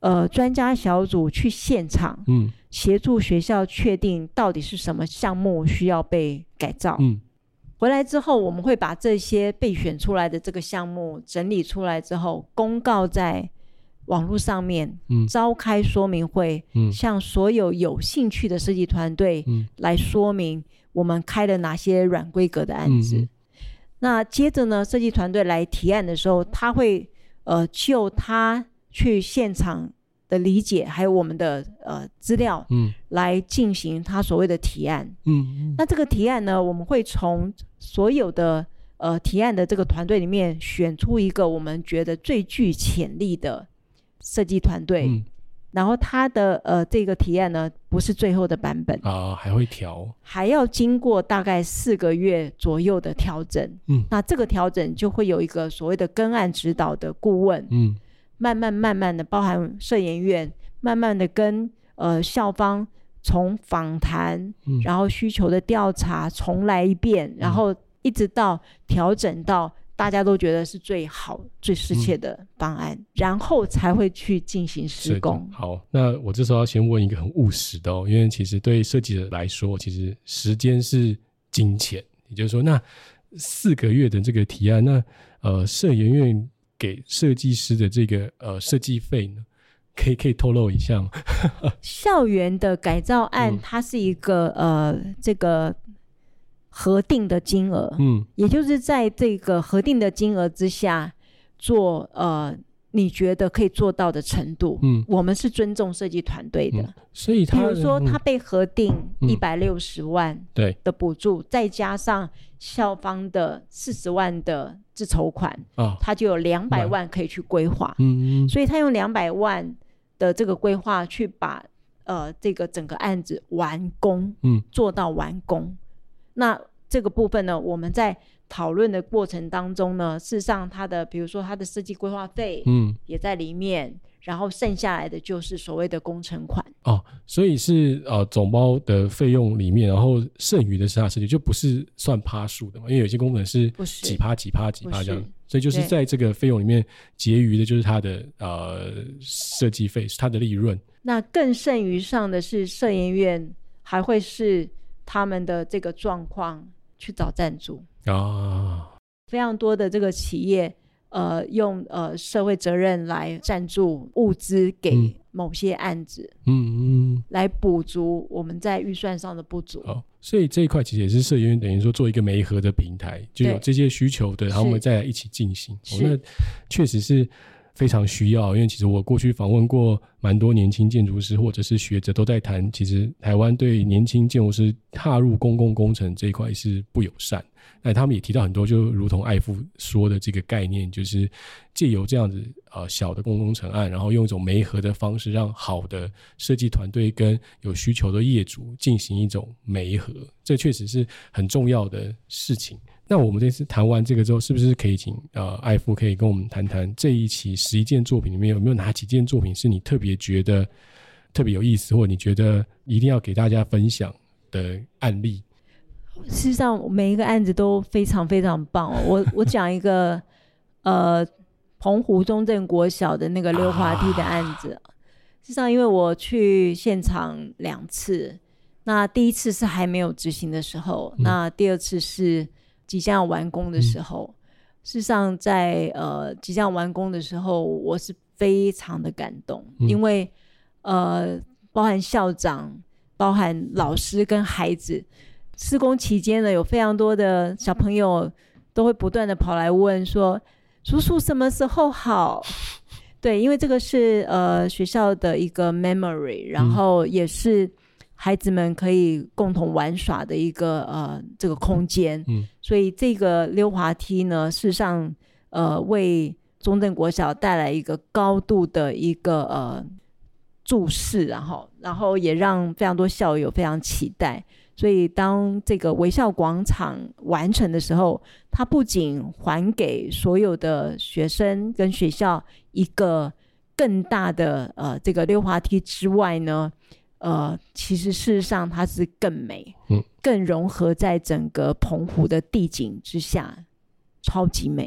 S1: 呃专家小组去现场，嗯，协助学校确定到底是什么项目需要被改造。嗯，回来之后，我们会把这些被选出来的这个项目整理出来之后，公告在网络上面，嗯，召开说明会，嗯，向所有有兴趣的设计团队，嗯，来说明我们开了哪些软规格的案子。嗯，那接着呢，设计团队来提案的时候，他会呃就他去现场的理解，还有我们的呃资料，嗯，来进行他所谓的提案。嗯，嗯那这个提案呢，我们会从所有的呃提案的这个团队里面选出一个我们觉得最具潜力的设计团队，嗯，然后他的呃这个提案呢不是最后的版本
S2: 啊，还会调，
S1: 还要经过大概四个月左右的调整。嗯，那这个调整就会有一个所谓的跟案指导的顾问，嗯，慢慢慢慢的包含设研院，慢慢的跟呃校方从访谈，嗯，然后需求的调查重来一遍，嗯，然后一直到调整到大家都觉得是最好最适切的方案，嗯，然后才会去进行施工。
S2: 好，那我这时候要先问一个很务实的哦，因为其实对设计者来说，其实时间是金钱，也就是说那四个月的这个提案，那呃设研院给设计师的这个呃设计费呢，可以可以透露一下吗？
S1: 校园的改造案，嗯，它是一个呃这个核定的金额，嗯，也就是在这个核定的金额之下做呃你觉得可以做到的程度，嗯，我们是尊重设计团队的，嗯，
S2: 所以他
S1: 比如说他被核定一百六十万的补助，嗯，再加上校方的四十万的自筹款，哦，他就有两百万可以去规划，嗯，所以他用两百万的这个规划去把呃这个整个案子完工，嗯，做到完工。那这个部分呢，我们在讨论的过程当中呢，事实上它的比如说它的设计规划费，嗯，也在里面，然后剩下来的就是所谓的工程款。
S2: 哦，所以是呃总包的费用里面，然后剩余的是它设计，就不是算趴数的嘛？因为有些工程是几趴几趴几趴这样，所以就是在这个费用里面结余的就是它的呃设计费，是它的利润。
S1: 那更剩余上的是设研院还会是他们的这个状况去找赞助啊，非常多的这个企业呃用呃社会责任来赞助物资给某些案子，嗯嗯，来补足我们在预算上的不足。
S2: 哦，所以这一块其实也是设研院等于说做一个媒合的平台，就有这些需求的，然后我们再来一起进行。哦，那确实是非常需要，因为其实我过去访问过蛮多年轻建筑师或者是学者，都在谈其实台湾对年轻建筑师踏入公共工程这一块是不友善。那他们也提到很多，就如同艾富说的这个概念，就是借由这样子呃小的公共工程案，然后用一种媒合的方式，让好的设计团队跟有需求的业主进行一种媒合，这确实是很重要的事情。那我们这次谈完这个之后，是不是可以请呃艾富可以跟我们谈谈这一期十一件作品里面有没有哪几件作品是你特别觉得特别有意思，或者你觉得一定要给大家分享的案例？
S1: 事实上每一个案子都非常非常棒，哦，我我讲一个呃澎湖中正国小的那个溜滑梯的案子，啊，事实上因为我去现场两次，那第一次是还没有执行的时候，嗯，那第二次是即将要完工的时候，嗯，事实上在呃即将完工的时候，我是非常的感动，嗯，因为呃包含校长，包含老师跟孩子，施工期间呢，有非常多的小朋友都会不断的跑来问说，叔叔什么时候好？对，因为这个是呃学校的一个 memory， 然后也是孩子们可以共同玩耍的一个呃这个空间，嗯，所以这个溜滑梯呢，事实上呃为中正国小带来一个高度的一个呃注视，然后然后也让非常多校友非常期待。所以当这个微笑广场完成的时候，它不仅还给所有的学生跟学校一个更大的呃这个溜滑梯之外呢，呃，其实事实上它是更美，嗯，更融合在整个澎湖的地景之下，超级美。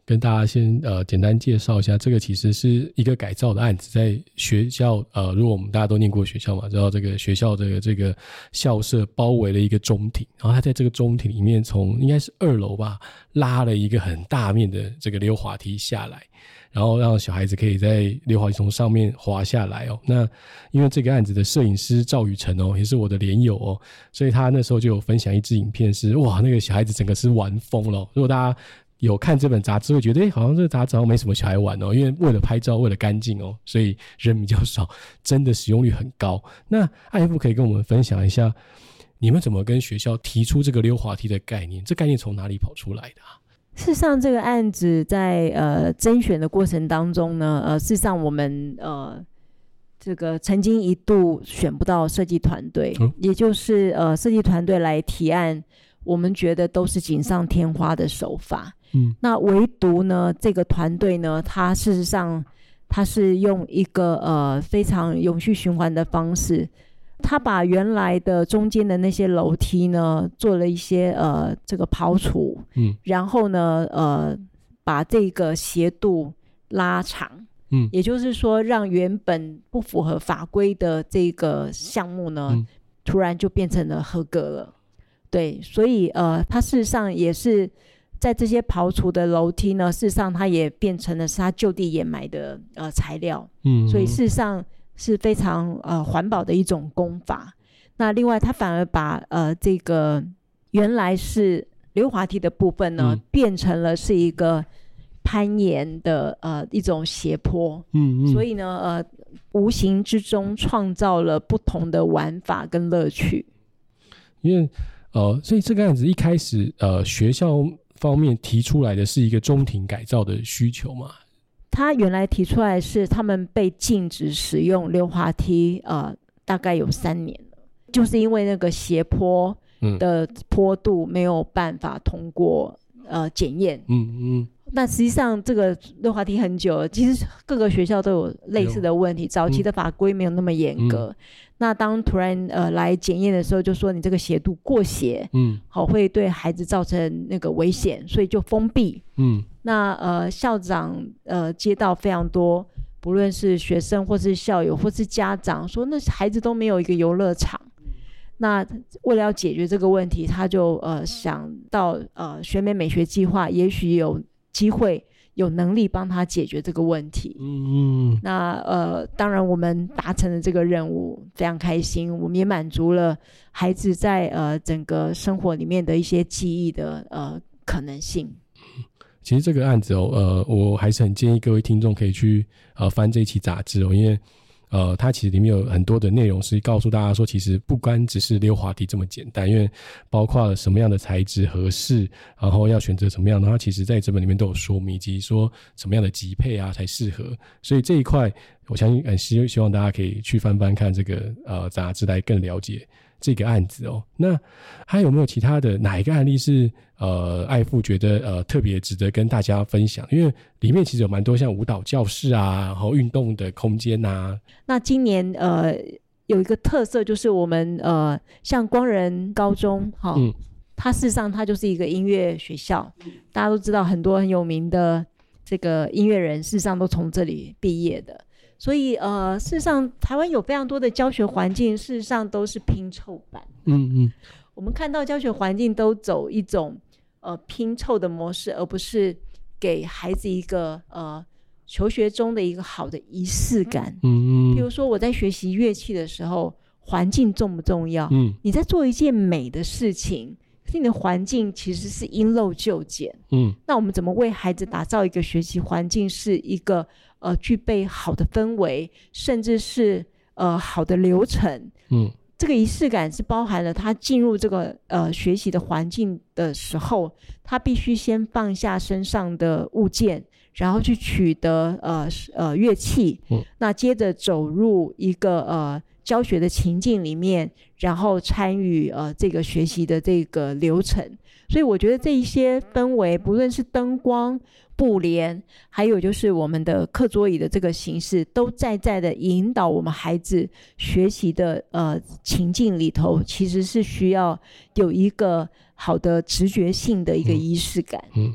S2: 跟大家先呃简单介绍一下，这个其实是一个改造的案子，在学校呃，如果我们大家都念过学校嘛，知道这个学校这个这个校舍包围了一个中庭，然后他在这个中庭里面从应该是二楼吧拉了一个很大面的这个溜滑梯下来，然后让小孩子可以在溜滑梯从上面滑下来哦。那因为这个案子的摄影师赵宇成哦，也是我的连友哦，所以他那时候就有分享一支影片是，哇，那个小孩子整个是玩疯了哦。如果大家有看这本杂志会觉得，诶，好像这个杂志好像没什么小孩玩哦，因为为了拍照，为了干净哦，所以人比较少，真的使用率很高。那艾夫可以跟我们分享一下，你们怎么跟学校提出这个溜滑梯的概念？这概念从哪里跑出来的啊？
S1: 事实上，这个案子在呃甄选的过程当中呢，呃，事实上我们呃这个曾经一度选不到设计团队，嗯、也就是呃设计团队来提案，我们觉得都是锦上添花的手法。嗯，那唯独呢，这个团队呢，它事实上它是用一个呃非常永续循环的方式。他把原来的中间的那些楼梯呢做了一些呃这个刨除，嗯，然后呢呃把这个斜度拉长，嗯，也就是说让原本不符合法规的这个项目呢、嗯、突然就变成了合格了。对，所以呃它事实上也是在这些刨除的楼梯呢，事实上它也变成了是它就地掩埋的呃材料，嗯，所以事实上是非常呃环保的一种工法。那另外它反而把呃这个原来是溜滑梯的部分呢、嗯、变成了是一个攀岩的呃一种斜坡，嗯嗯，所以呢呃无形之中创造了不同的玩法跟乐趣。
S2: 因为呃所以这个案子一开始呃学校方面提出来的是一个中庭改造的需求嘛？
S1: 他原来提出来是他们被禁止使用溜滑梯呃大概有三年了，就是因为那个斜坡的坡度没有办法通过呃检验。嗯嗯。那实际上这个溜滑梯很久了，其实各个学校都有类似的问题，早期的法规没有那么严格、嗯、那当突然呃来检验的时候就说你这个斜度过斜，嗯，好，会对孩子造成那个危险，所以就封闭。嗯，那呃校长呃接到非常多不论是学生或是校友或是家长说那孩子都没有一个游乐场，那为了要解决这个问题，他就呃想到呃学美美学计划也许有机会有能力帮他解决这个问题。嗯，那呃当然我们达成了这个任务非常开心，我们也满足了孩子在呃整个生活里面的一些记忆的呃可能性。
S2: 其实这个案子哦，呃，我还是很建议各位听众可以去呃翻这一期杂志哦，因为呃，它其实里面有很多的内容是告诉大家说，其实不光只是溜滑梯这么简单，因为包括了什么样的材质合适，然后要选择什么样的，它其实在这本里面都有说明，以及说什么样的级配啊才适合。所以这一块，我相信很希希望大家可以去翻翻看这个呃杂志来更了解这个案子哦。那还有没有其他的哪一个案例是呃艾父觉得呃特别值得跟大家分享？因为里面其实有蛮多像舞蹈教室啊，然后运动的空间啊。
S1: 那今年呃有一个特色就是我们呃像光仁高中哈、哦嗯，它事实上它就是一个音乐学校，大家都知道很多很有名的这个音乐人事实上都从这里毕业的。所以呃，事实上台湾有非常多的教学环境事实上都是拼凑版。嗯嗯，我们看到教学环境都走一种呃拼凑的模式，而不是给孩子一个呃求学中的一个好的仪式感。嗯嗯，比如说我在学习乐器的时候，环境重不重要？嗯，你在做一件美的事情，可是你的环境其实是因陋就简。嗯，那我们怎么为孩子打造一个学习环境是一个呃，具备好的氛围，甚至是呃好的流程。嗯，这个仪式感是包含了他进入这个呃学习的环境的时候，他必须先放下身上的物件，然后去取得呃呃乐器。嗯，那接着走入一个呃教学的情境里面，然后参与呃这个学习的这个流程。所以我觉得这一些氛围，不论是灯光、布帘，还有就是我们的课桌椅的这个形式，都在在的引导我们孩子学习的呃情境里头，其实是需要有一个好的直觉性的一个仪式感。嗯，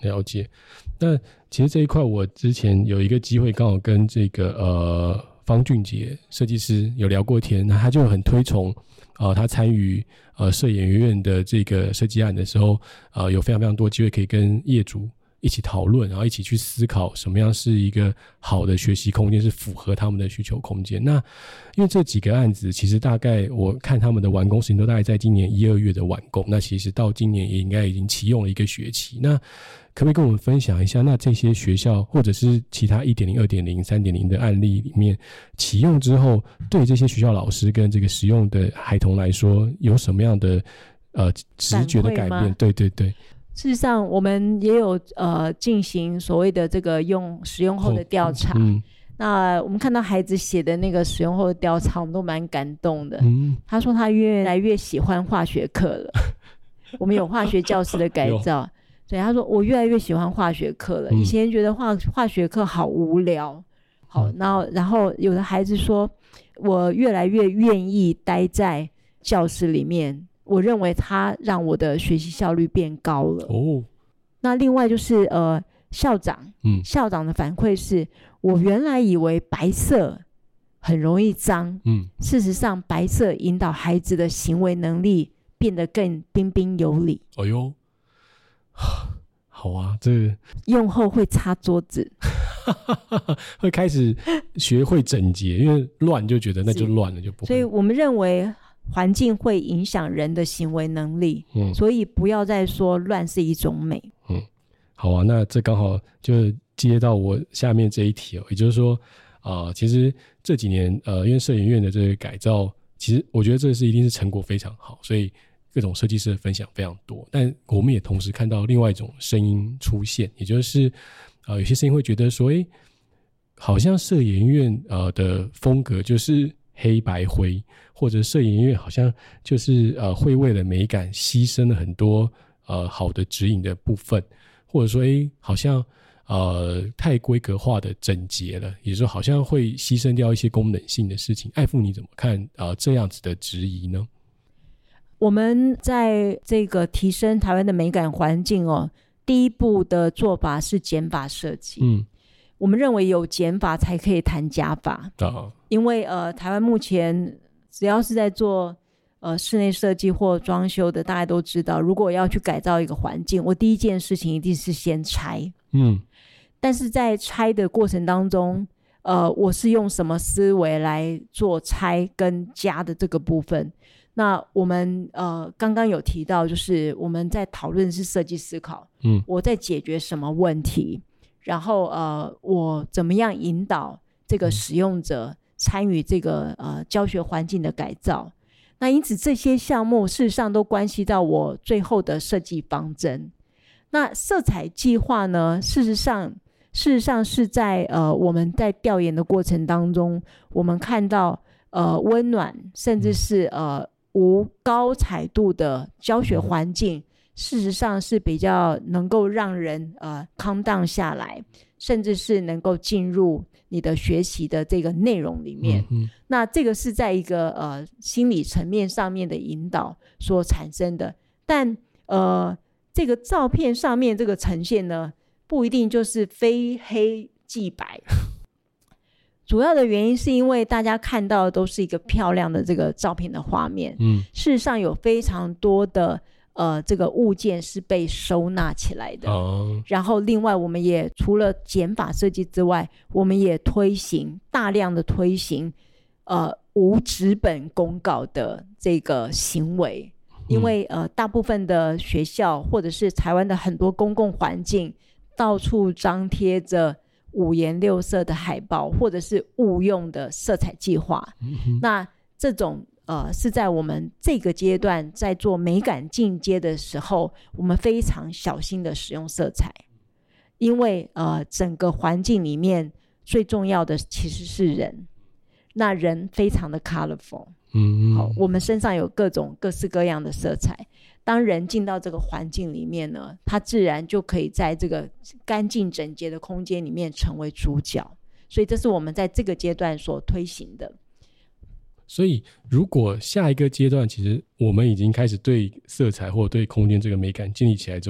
S2: 了解。那其实这一块我之前有一个机会刚好跟这个呃方俊杰设计师有聊过天，那他就很推崇呃他参与呃设研院的这个设计案的时候，呃有非常非常多机会可以跟业主一起讨论，然后一起去思考什么样是一个好的学习空间，是符合他们的需求空间。那因为这几个案子其实大概我看他们的完工时间都大概在今年一二月的完工，那其实到今年也应该已经启用了一个学期。那可不可以跟我们分享一下，那这些学校或者是其他 一点零、二点零、三点零 的案例里面启用之后，对这些学校老师跟这个使用的孩童来说有什么样的呃直觉的改变？对对对。
S1: 事实上我们也有呃进行所谓的这个用使用后的调查、哦嗯、那我们看到孩子写的那个使用后的调查，我们都蛮感动的、嗯、他说他越来越喜欢化学课了我们有化学教室的改造对，他说我越来越喜欢化学课了、嗯、以前觉得化化学课好无聊好、嗯、然后然后有的孩子说我越来越愿意待在教室里面，我认为它让我的学习效率变高了、哦、那另外就是呃校长、嗯、校长的反馈是我原来以为白色很容易脏、嗯、事实上白色引导孩子的行为能力变得更彬彬有礼。
S2: 哎呦好啊，这
S1: 用后会擦桌子
S2: 会开始学会整洁，因为乱就觉得那就乱了，就不会。
S1: 所以我们认为环境会影响人的行为能力、嗯、所以不要再说乱是一种美。
S2: 嗯，好啊，那这刚好就接到我下面这一题哦，也就是说呃，其实这几年呃，因为设研院的这个改造，其实我觉得这是一定是成果非常好，所以各种设计师的分享非常多，但我们也同时看到另外一种声音出现，也就是呃，有些声音会觉得说诶，好像设研院呃的风格就是黑白灰，或者设研院好像就是呃会为了美感牺牲了很多呃好的指引的部分，或者说诶好像呃太规格化的整洁了，也就是说好像会牺牲掉一些功能性的事情。艾馥你怎么看呃这样子的质疑呢？
S1: 我们在这个提升台湾的美感环境哦，第一步的做法是减法设计。嗯，我们认为有减法才可以谈加法。啊，因为呃，台湾目前只要是在做呃室内设计或装修的，大家都知道，如果要去改造一个环境，我第一件事情一定是先拆。嗯，但是在拆的过程当中，呃，我是用什么思维来做拆跟加的这个部分？那我们呃刚刚有提到，就是我们在讨论是设计思考，嗯，我在解决什么问题，然后呃我怎么样引导这个使用者参与这个呃教学环境的改造。那因此这些项目事实上都关系到我最后的设计方针。那色彩计划呢，事实上事实上是在呃我们在调研的过程当中，我们看到呃温暖甚至是呃无高彩度的教学环境，事实上是比较能够让人呃 calm down 下来，甚至是能够进入你的学习的这个内容里面。嗯嗯，那这个是在一个呃心理层面上面的引导所产生的，但呃这个照片上面这个呈现呢，不一定就是非黑即白。主要的原因是因为大家看到的都是一个漂亮的这个照片的画面，嗯，事实上有非常多的呃这个物件是被收纳起来的。哦，然后另外我们也除了减法设计之外，我们也推行大量的推行呃无纸本公告的这个行为，因为呃大部分的学校或者是台湾的很多公共环境到处张贴着五颜六色的海报，或者是误用的色彩计划。嗯，那这种呃是在我们这个阶段在做美感进阶的时候，我们非常小心的使用色彩，因为呃整个环境里面最重要的其实是人，那人非常的 colorful。嗯，好，我们身上有各种各式各样的色彩，当人进到这个环境里面呢，他自然就可以在这个干净整洁的空间里面成为主角，所以这是我们在这个阶段所推行的。
S2: 所以如果下一个阶段其实我们已经开始对色彩或对空间这个美感建立起来之后，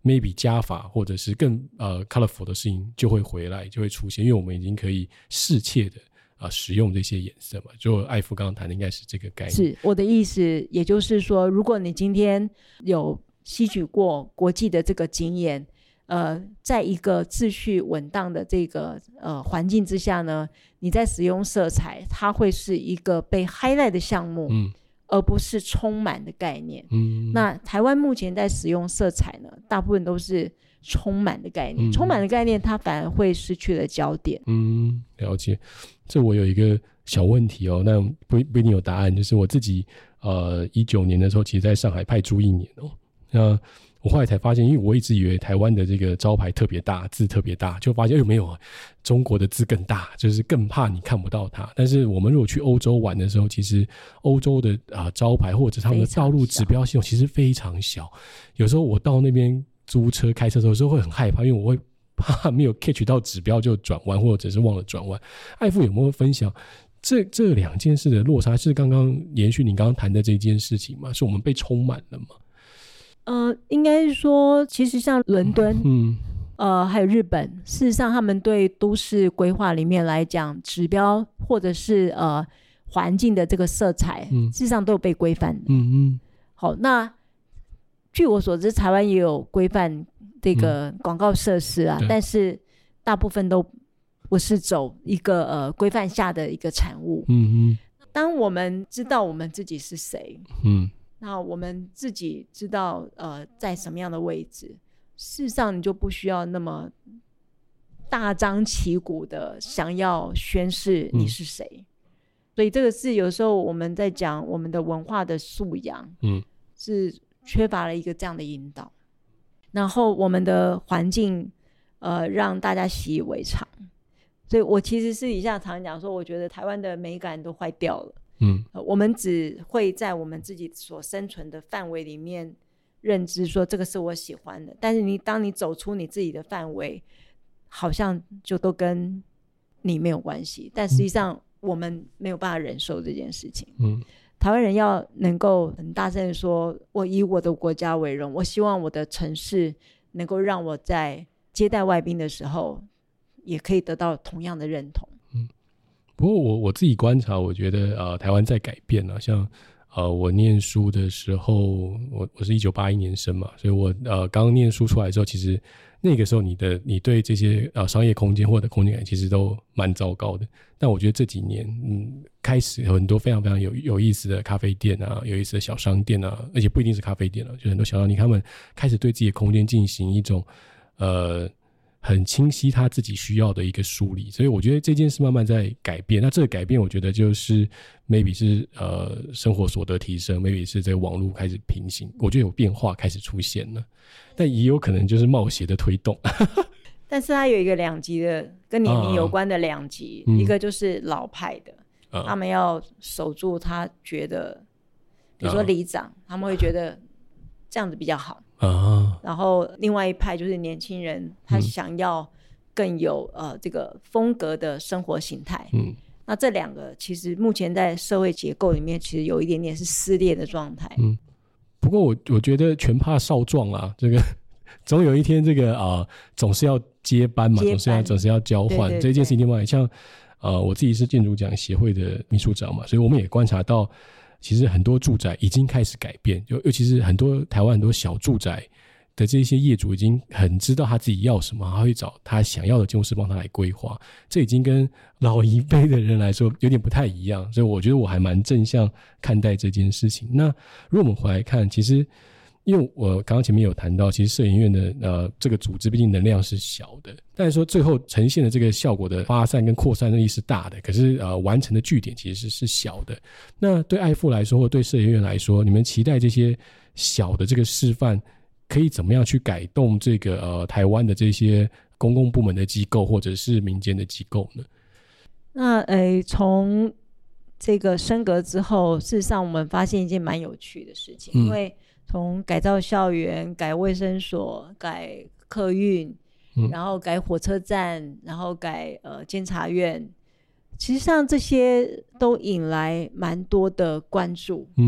S2: maybe 加法或者是更呃 colorful 的事情就会回来，就会出现，因为我们已经可以适切的啊、呃、使用这些颜色嘛。就艾夫刚刚谈的应该是这个概念。
S1: 是我的意思，也就是说，如果你今天有吸取过国际的这个经验，呃，在一个秩序稳当的这个呃环境之下呢，你在使用色彩，它会是一个被 highlight 的项目。嗯，而不是充满的概念。嗯，那台湾目前在使用色彩呢，大部分都是充满的概念。嗯、充满的概念，它反而会失去了焦点。嗯，
S2: 了解。这我有一个小问题哦，那不不一定有答案。就是我自己呃一九年的时候，其实在上海派驻一年哦。那我后来才发现，因为我一直以为台湾的这个招牌特别大，字特别大，就发现有没有中国的字更大，就是更怕你看不到它。但是我们如果去欧洲玩的时候，其实欧洲的、呃、招牌或者他们的道路指标系统其实非常小。有时候我到那边租车开车的时候会很害怕，因为我会怕没有 catch 到指标就转弯，或者是忘了转弯。艾夫有没有分享这这两件事的落差？是刚刚延续你刚刚谈的这件事情吗？是我们被充满了吗？
S1: 呃，应该是说，其实像伦敦，嗯，呃，还有日本，事实上他们对都市规划里面来讲，指标或者是呃环境的这个色彩，嗯、事实上都有被规范的。嗯嗯。好，那据我所知，台湾也有规范这个广告设施啊，嗯、但是大部分都不是走一个呃规范下的一个产物。嗯嗯。当我们知道我们自己是谁，嗯。那我们自己知道呃在什么样的位置，事实上你就不需要那么大张旗鼓的想要宣示你是谁。嗯、所以这个是有时候我们在讲我们的文化的素养，嗯，是缺乏了一个这样的引导，然后我们的环境呃让大家习以为常。所以我其实私底下常讲说，我觉得台湾的美感都坏掉了。嗯呃、我们只会在我们自己所生存的范围里面认知说这个是我喜欢的，但是你当你走出你自己的范围，好像就都跟你没有关系，但实际上我们没有办法忍受这件事情。嗯，台湾人要能够很大声的说，我以我的国家为荣，我希望我的城市能够让我在接待外宾的时候也可以得到同样的认同。
S2: 不过我我自己观察，我觉得呃台湾在改变啊，像呃我念书的时候，我我是一九八一年生嘛，所以我呃刚念书出来之后，其实那个时候你的你对这些呃商业空间或者空间感其实都蛮糟糕的。但我觉得这几年嗯开始有很多非常非常有有意思的咖啡店啊，有意思的小商店啊，而且不一定是咖啡店了，就很多小商店他们开始对自己的空间进行一种呃。很清晰他自己需要的一个梳理，所以我觉得这件事慢慢在改变。那这个改变我觉得就是 maybe 是呃生活所得提升， maybe 是这个网络开始平行，我觉得有变化开始出现了，但也有可能就是冒险的推动。
S1: 但是它有一个两极的跟年龄有关的两极、啊、一个就是老派的、嗯、他们要守住他觉得比如说里长、啊、他们会觉得这样子比较好啊，然后另外一派就是年轻人，他想要更有、嗯、呃这个风格的生活形态。嗯，那这两个其实目前在社会结构里面，其实有一点点是撕裂的状态。嗯，
S2: 不过我我觉得全怕少壮啊，这个总有一天这个啊、呃、总是要接班嘛，总是要总是要交换，对对对，这件事情。另外像呃我自己是建筑奖协会的秘书长嘛，所以我们也观察到。其实很多住宅已经开始改变，尤其是很多台湾很多小住宅的这些业主已经很知道他自己要什么，他会找他想要的建筑师帮他来规划，这已经跟老一辈的人来说有点不太一样，所以我觉得我还蛮正向看待这件事情。那如果我们回来看，其实因为我刚刚前面有谈到，其实摄影院的呃这个组织毕竟能量是小的，但是说最后呈现的这个效果的发散跟扩散力是大的，可是呃完成的据点其实是是小的。那对艾富来说，或对摄影院来说，你们期待这些小的这个示范可以怎么样去改动这个呃台湾的这些公共部门的机构或者是民间的机构呢？
S1: 那诶从这个升格之后，事实上我们发现一件蛮有趣的事情，嗯、因为从改造校园、改卫生所、改客运、嗯、然后改火车站，然后改呃监察院，其实上这些都引来蛮多的关注。嗯，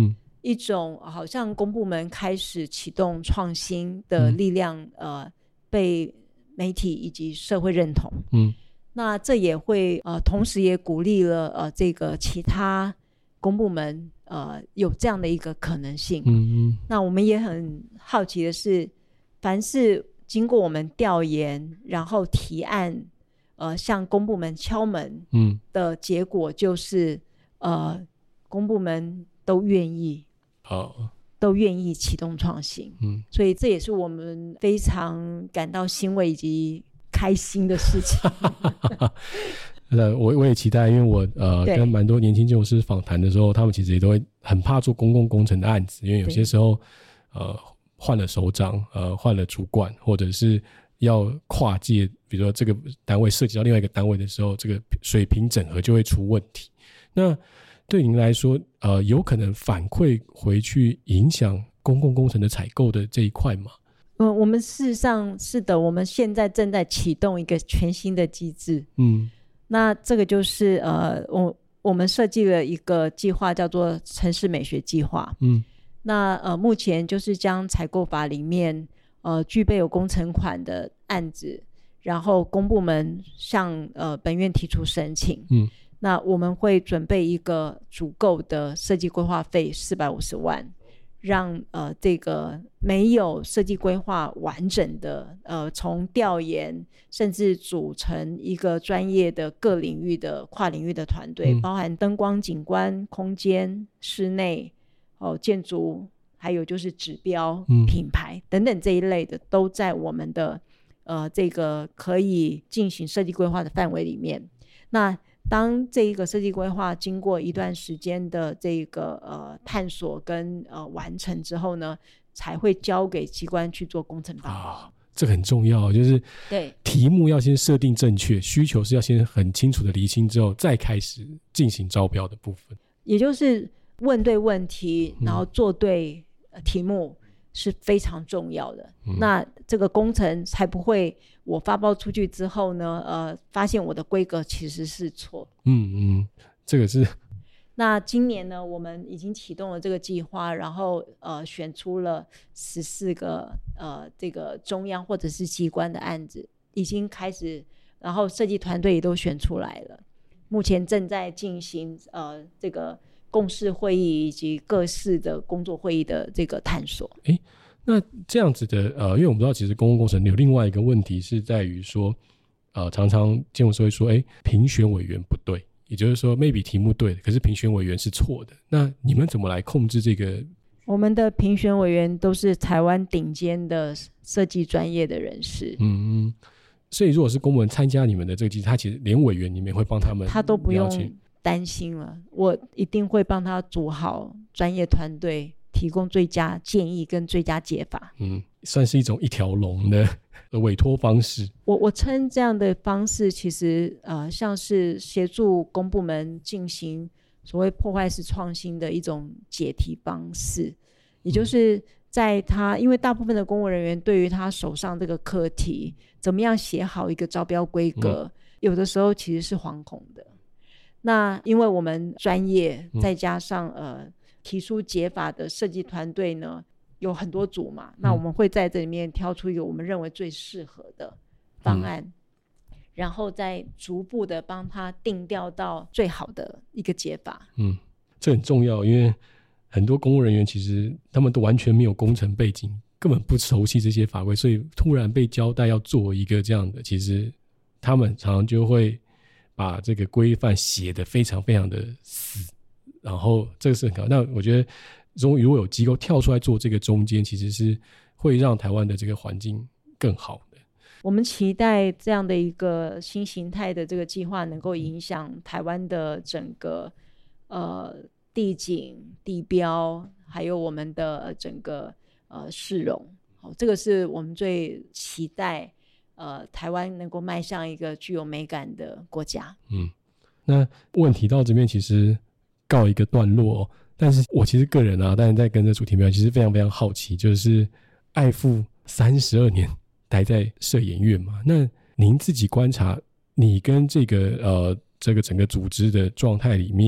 S1: 一种好像公部门开始启动创新的力量、嗯、呃，被媒体以及社会认同。嗯，那这也会呃，同时也鼓励了呃这个其他公部门呃有这样的一个可能性。嗯嗯，那我们也很好奇的是，凡是经过我们调研，然后提案，呃，向公部门敲门，嗯，的结果就是，呃，公部门都愿意。哦，都愿意启动创新。嗯，所以这也是我们非常感到欣慰以及开心的事情。
S2: 呃，我我也期待，因为我呃跟蛮多年轻建筑师访谈的时候，他们其实也都会很怕做公共工程的案子，因为有些时候呃换了首长，呃换了主管，或者是要跨界，比如说这个单位涉及到另外一个单位的时候，这个水平整合就会出问题。那对您来说，呃，有可能反馈回去影响公共工程的采购的这一块吗？
S1: 嗯，我们事实上是的，我们现在正在启动一个全新的机制。嗯，那这个就是呃，我我们设计了一个计划，叫做城市美学计划。嗯，那呃，目前就是将采购法里面呃具备有工程款的案子，然后公部门向呃本院提出申请。嗯。那我们会准备一个足够的设计规划费四百五十万，让呃这个没有设计规划完整的呃从调研甚至组成一个专业的各领域的跨领域的团队，嗯、包含灯光、景观、空间、室内、哦建筑，还有就是指标、嗯、品牌等等这一类的，都在我们的呃这个可以进行设计规划的范围里面。那当这一个设计规划经过一段时间的这个呃探索跟呃完成之后呢，才会交给机关去做工程报告。啊，
S2: 这很重要，就是对题目要先设定正确，需求是要先很清楚的厘清之后，再开始进行招标的部分。
S1: 也就是问对问题，然后做对、呃、题目是非常重要的。嗯、那这个工程才不会。我发包出去之后呢，呃，发现我的规格其实是错。
S2: 嗯嗯，这个是。
S1: 那今年呢，我们已经启动了这个计划，然后呃，选出了十四个呃这个中央或者是机关的案子，已经开始，然后设计团队也都选出来了。目前正在进行呃这个共识会议以及各式的工作会议的这个探索。
S2: 诶，那这样子的呃，因为我们知道其实公共工程有另外一个问题是在于说呃，常常建筑师会说诶，评选委员不对，也就是说 maybe 题目对的，可是评选委员是错的，那你们怎么来控制这个？
S1: 我们的评选委员都是台湾顶尖的设计专业的人士。
S2: 嗯嗯，所以如果是公部门参加你们的这个机制，他其实连委员你们会帮他们，
S1: 他都不用担心了，我一定会帮他组好专业团队，提供最佳建议跟最佳解法。
S2: 嗯，算是一种一条龙的委托方式。
S1: 我我称这样的方式其实呃像是协助公部门进行所谓破坏式创新的一种解题方式，也就是在他因为大部分的公务人员对于他手上这个课题怎么样写好一个招标规格、嗯、有的时候其实是惶恐的。那因为我们专业再加上、嗯、呃提出解法的设计团队呢有很多组嘛、嗯、那我们会在这里面挑出一个我们认为最适合的方案、嗯、然后再逐步的帮他定调到最好的一个解法。
S2: 嗯，这很重要，因为很多公务人员其实他们都完全没有工程背景，根本不熟悉这些法规，所以突然被交代要做一个这样的，其实他们常常就会把这个规范写得非常非常的死，然后这个是很好。那我觉得如果有机构跳出来做这个中间，其实是会让台湾的这个环境更好的。
S1: 我们期待这样的一个新形态的这个计划能够影响台湾的整个呃地景、地标，还有我们的整个呃市容。好，这个是我们最期待呃台湾能够迈向一个具有美感的国家。
S2: 嗯，那问题到这边其实告一个段落、哦。但是我其实个人啊，当然在跟这主题表演，其实非常非常好奇，就是爱富三十二年待在设研院嘛，那您自己观察，你跟这个呃这个整个组织的状态里面，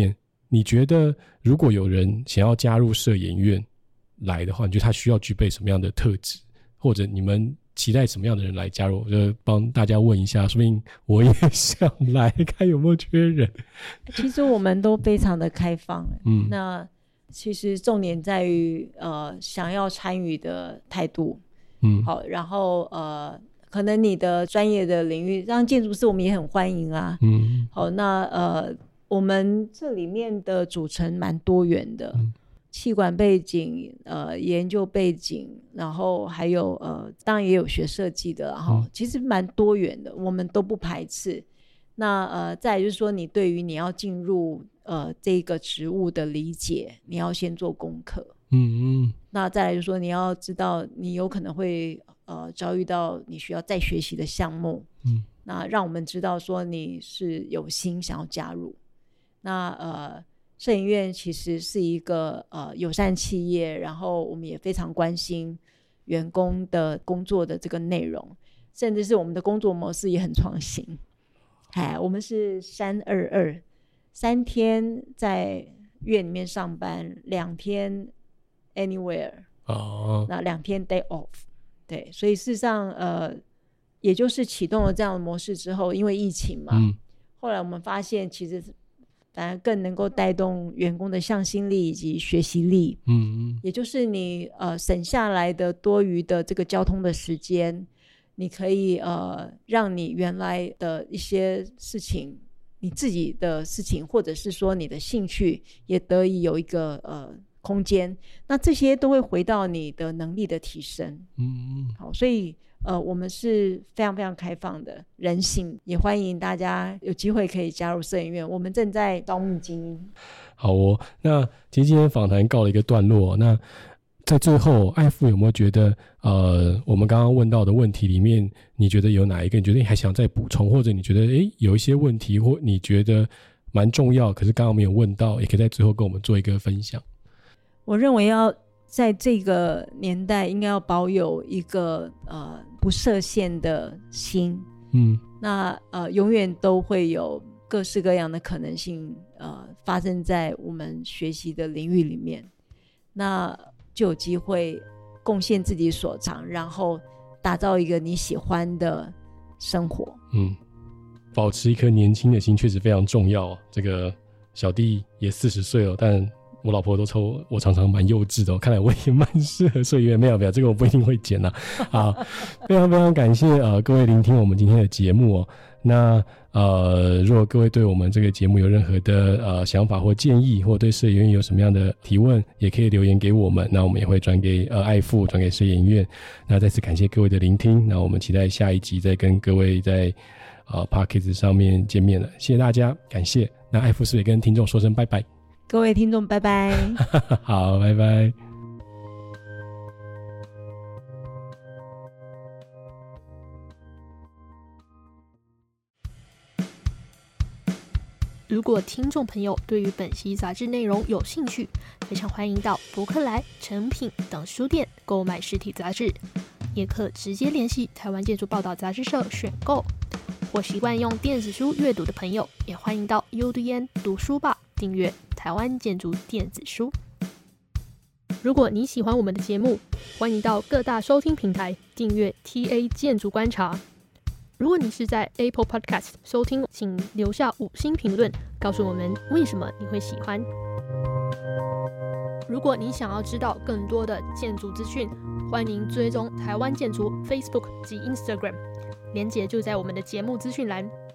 S2: 你觉得如果有人想要加入社研院来的话，你觉得他需要具备什么样的特质，或者你们期待什么样的人来加入？我就帮大家问一下，说不定我也想来看有没有缺人。
S1: 其实我们都非常的开放，嗯，那其实重点在于呃想要参与的态度，嗯，好，然后呃可能你的专业的领域，让建筑师我们也很欢迎啊，嗯，好，那呃我们这里面的组成蛮多元的。嗯，企管背景，呃，研究背景，然后还有呃，当然也有学设计的，然后、嗯、其实蛮多元的，我们都不排斥。那呃，再来就是说，你对于你要进入呃这个职务的理解，你要先做功课。嗯嗯。那再来就是说，你要知道你有可能会呃遭遇到你需要再学习的项目。嗯。那让我们知道说你是有心想要加入。那呃。社研院其实是一个呃友善企业，然后我们也非常关心员工的工作的这个内容，甚至是我们的工作模式也很创新。哎，我们是三二二，三天在院里面上班，两天 anywhere，哦，那两天 day off。对，所以事实上呃，也就是启动了这样的模式之后，因为疫情嘛，嗯、后来我们发现其实反而更能够带动员工的向心力以及学习力，嗯嗯，也就是你呃省下来的多余的这个交通的时间，你可以呃让你原来的一些事情，你自己的事情，或者是说你的兴趣也得以有一个呃空间，那这些都会回到你的能力的提升，嗯嗯，好，所以呃，我们是非常非常开放的人性，也欢迎大家有机会可以加入社研院，我们正在招募精英。
S2: 好哦，那其实今天访谈告了一个段落，那在最后艾馥有没有觉得呃，我们刚刚问到的问题里面，你觉得有哪一个你觉得还想再补充，或者你觉得诶有一些问题或你觉得蛮重要可是刚刚没有问到，也可以在最后跟我们做一个分享。
S1: 我认为要在这个年代应该要保有一个呃不设限的心，嗯，那呃永远都会有各式各样的可能性呃发生在我们学习的领域里面，那就有机会贡献自己所长，然后打造一个你喜欢的生活。嗯，
S2: 保持一颗年轻的心确实非常重要。这个小弟也四十岁了，但我老婆都抽我常常蛮幼稚的、哦、看来我也蛮适合社研院。没有没有，这个我不一定会剪啦、啊。好，非常非常感谢呃各位聆听我们今天的节目哦。那呃，如果各位对我们这个节目有任何的呃想法或建议，或对社研院有什么样的提问，也可以留言给我们，那我们也会转给呃艾馥，转给社研院。那再次感谢各位的聆听，那我们期待下一集再跟各位在呃 Podcast 上面见面了。谢谢大家，感谢。那艾馥是不是也跟听众说声拜拜？
S1: 各位听众拜拜。
S2: 好，拜拜。
S3: 如果听众朋友对于本期杂志内容有兴趣，非常欢迎到博客来、诚品等书店购买实体杂志，也可直接联系台湾建筑报道杂志社选购。或习惯用电子书阅读的朋友，也欢迎到 U D N 读书吧订阅台湾建筑电子书。如果你喜欢我们的节目，欢迎到各大收听平台订阅 T A 建筑观察。如果你是在 Apple Podcast 收听，请留下五星评论，告诉我们为什么你会喜欢。如果你想要知道更多的建筑资讯，欢迎追踪台湾建筑 Facebook 及 Instagram， 连结就在我们的节目资讯栏。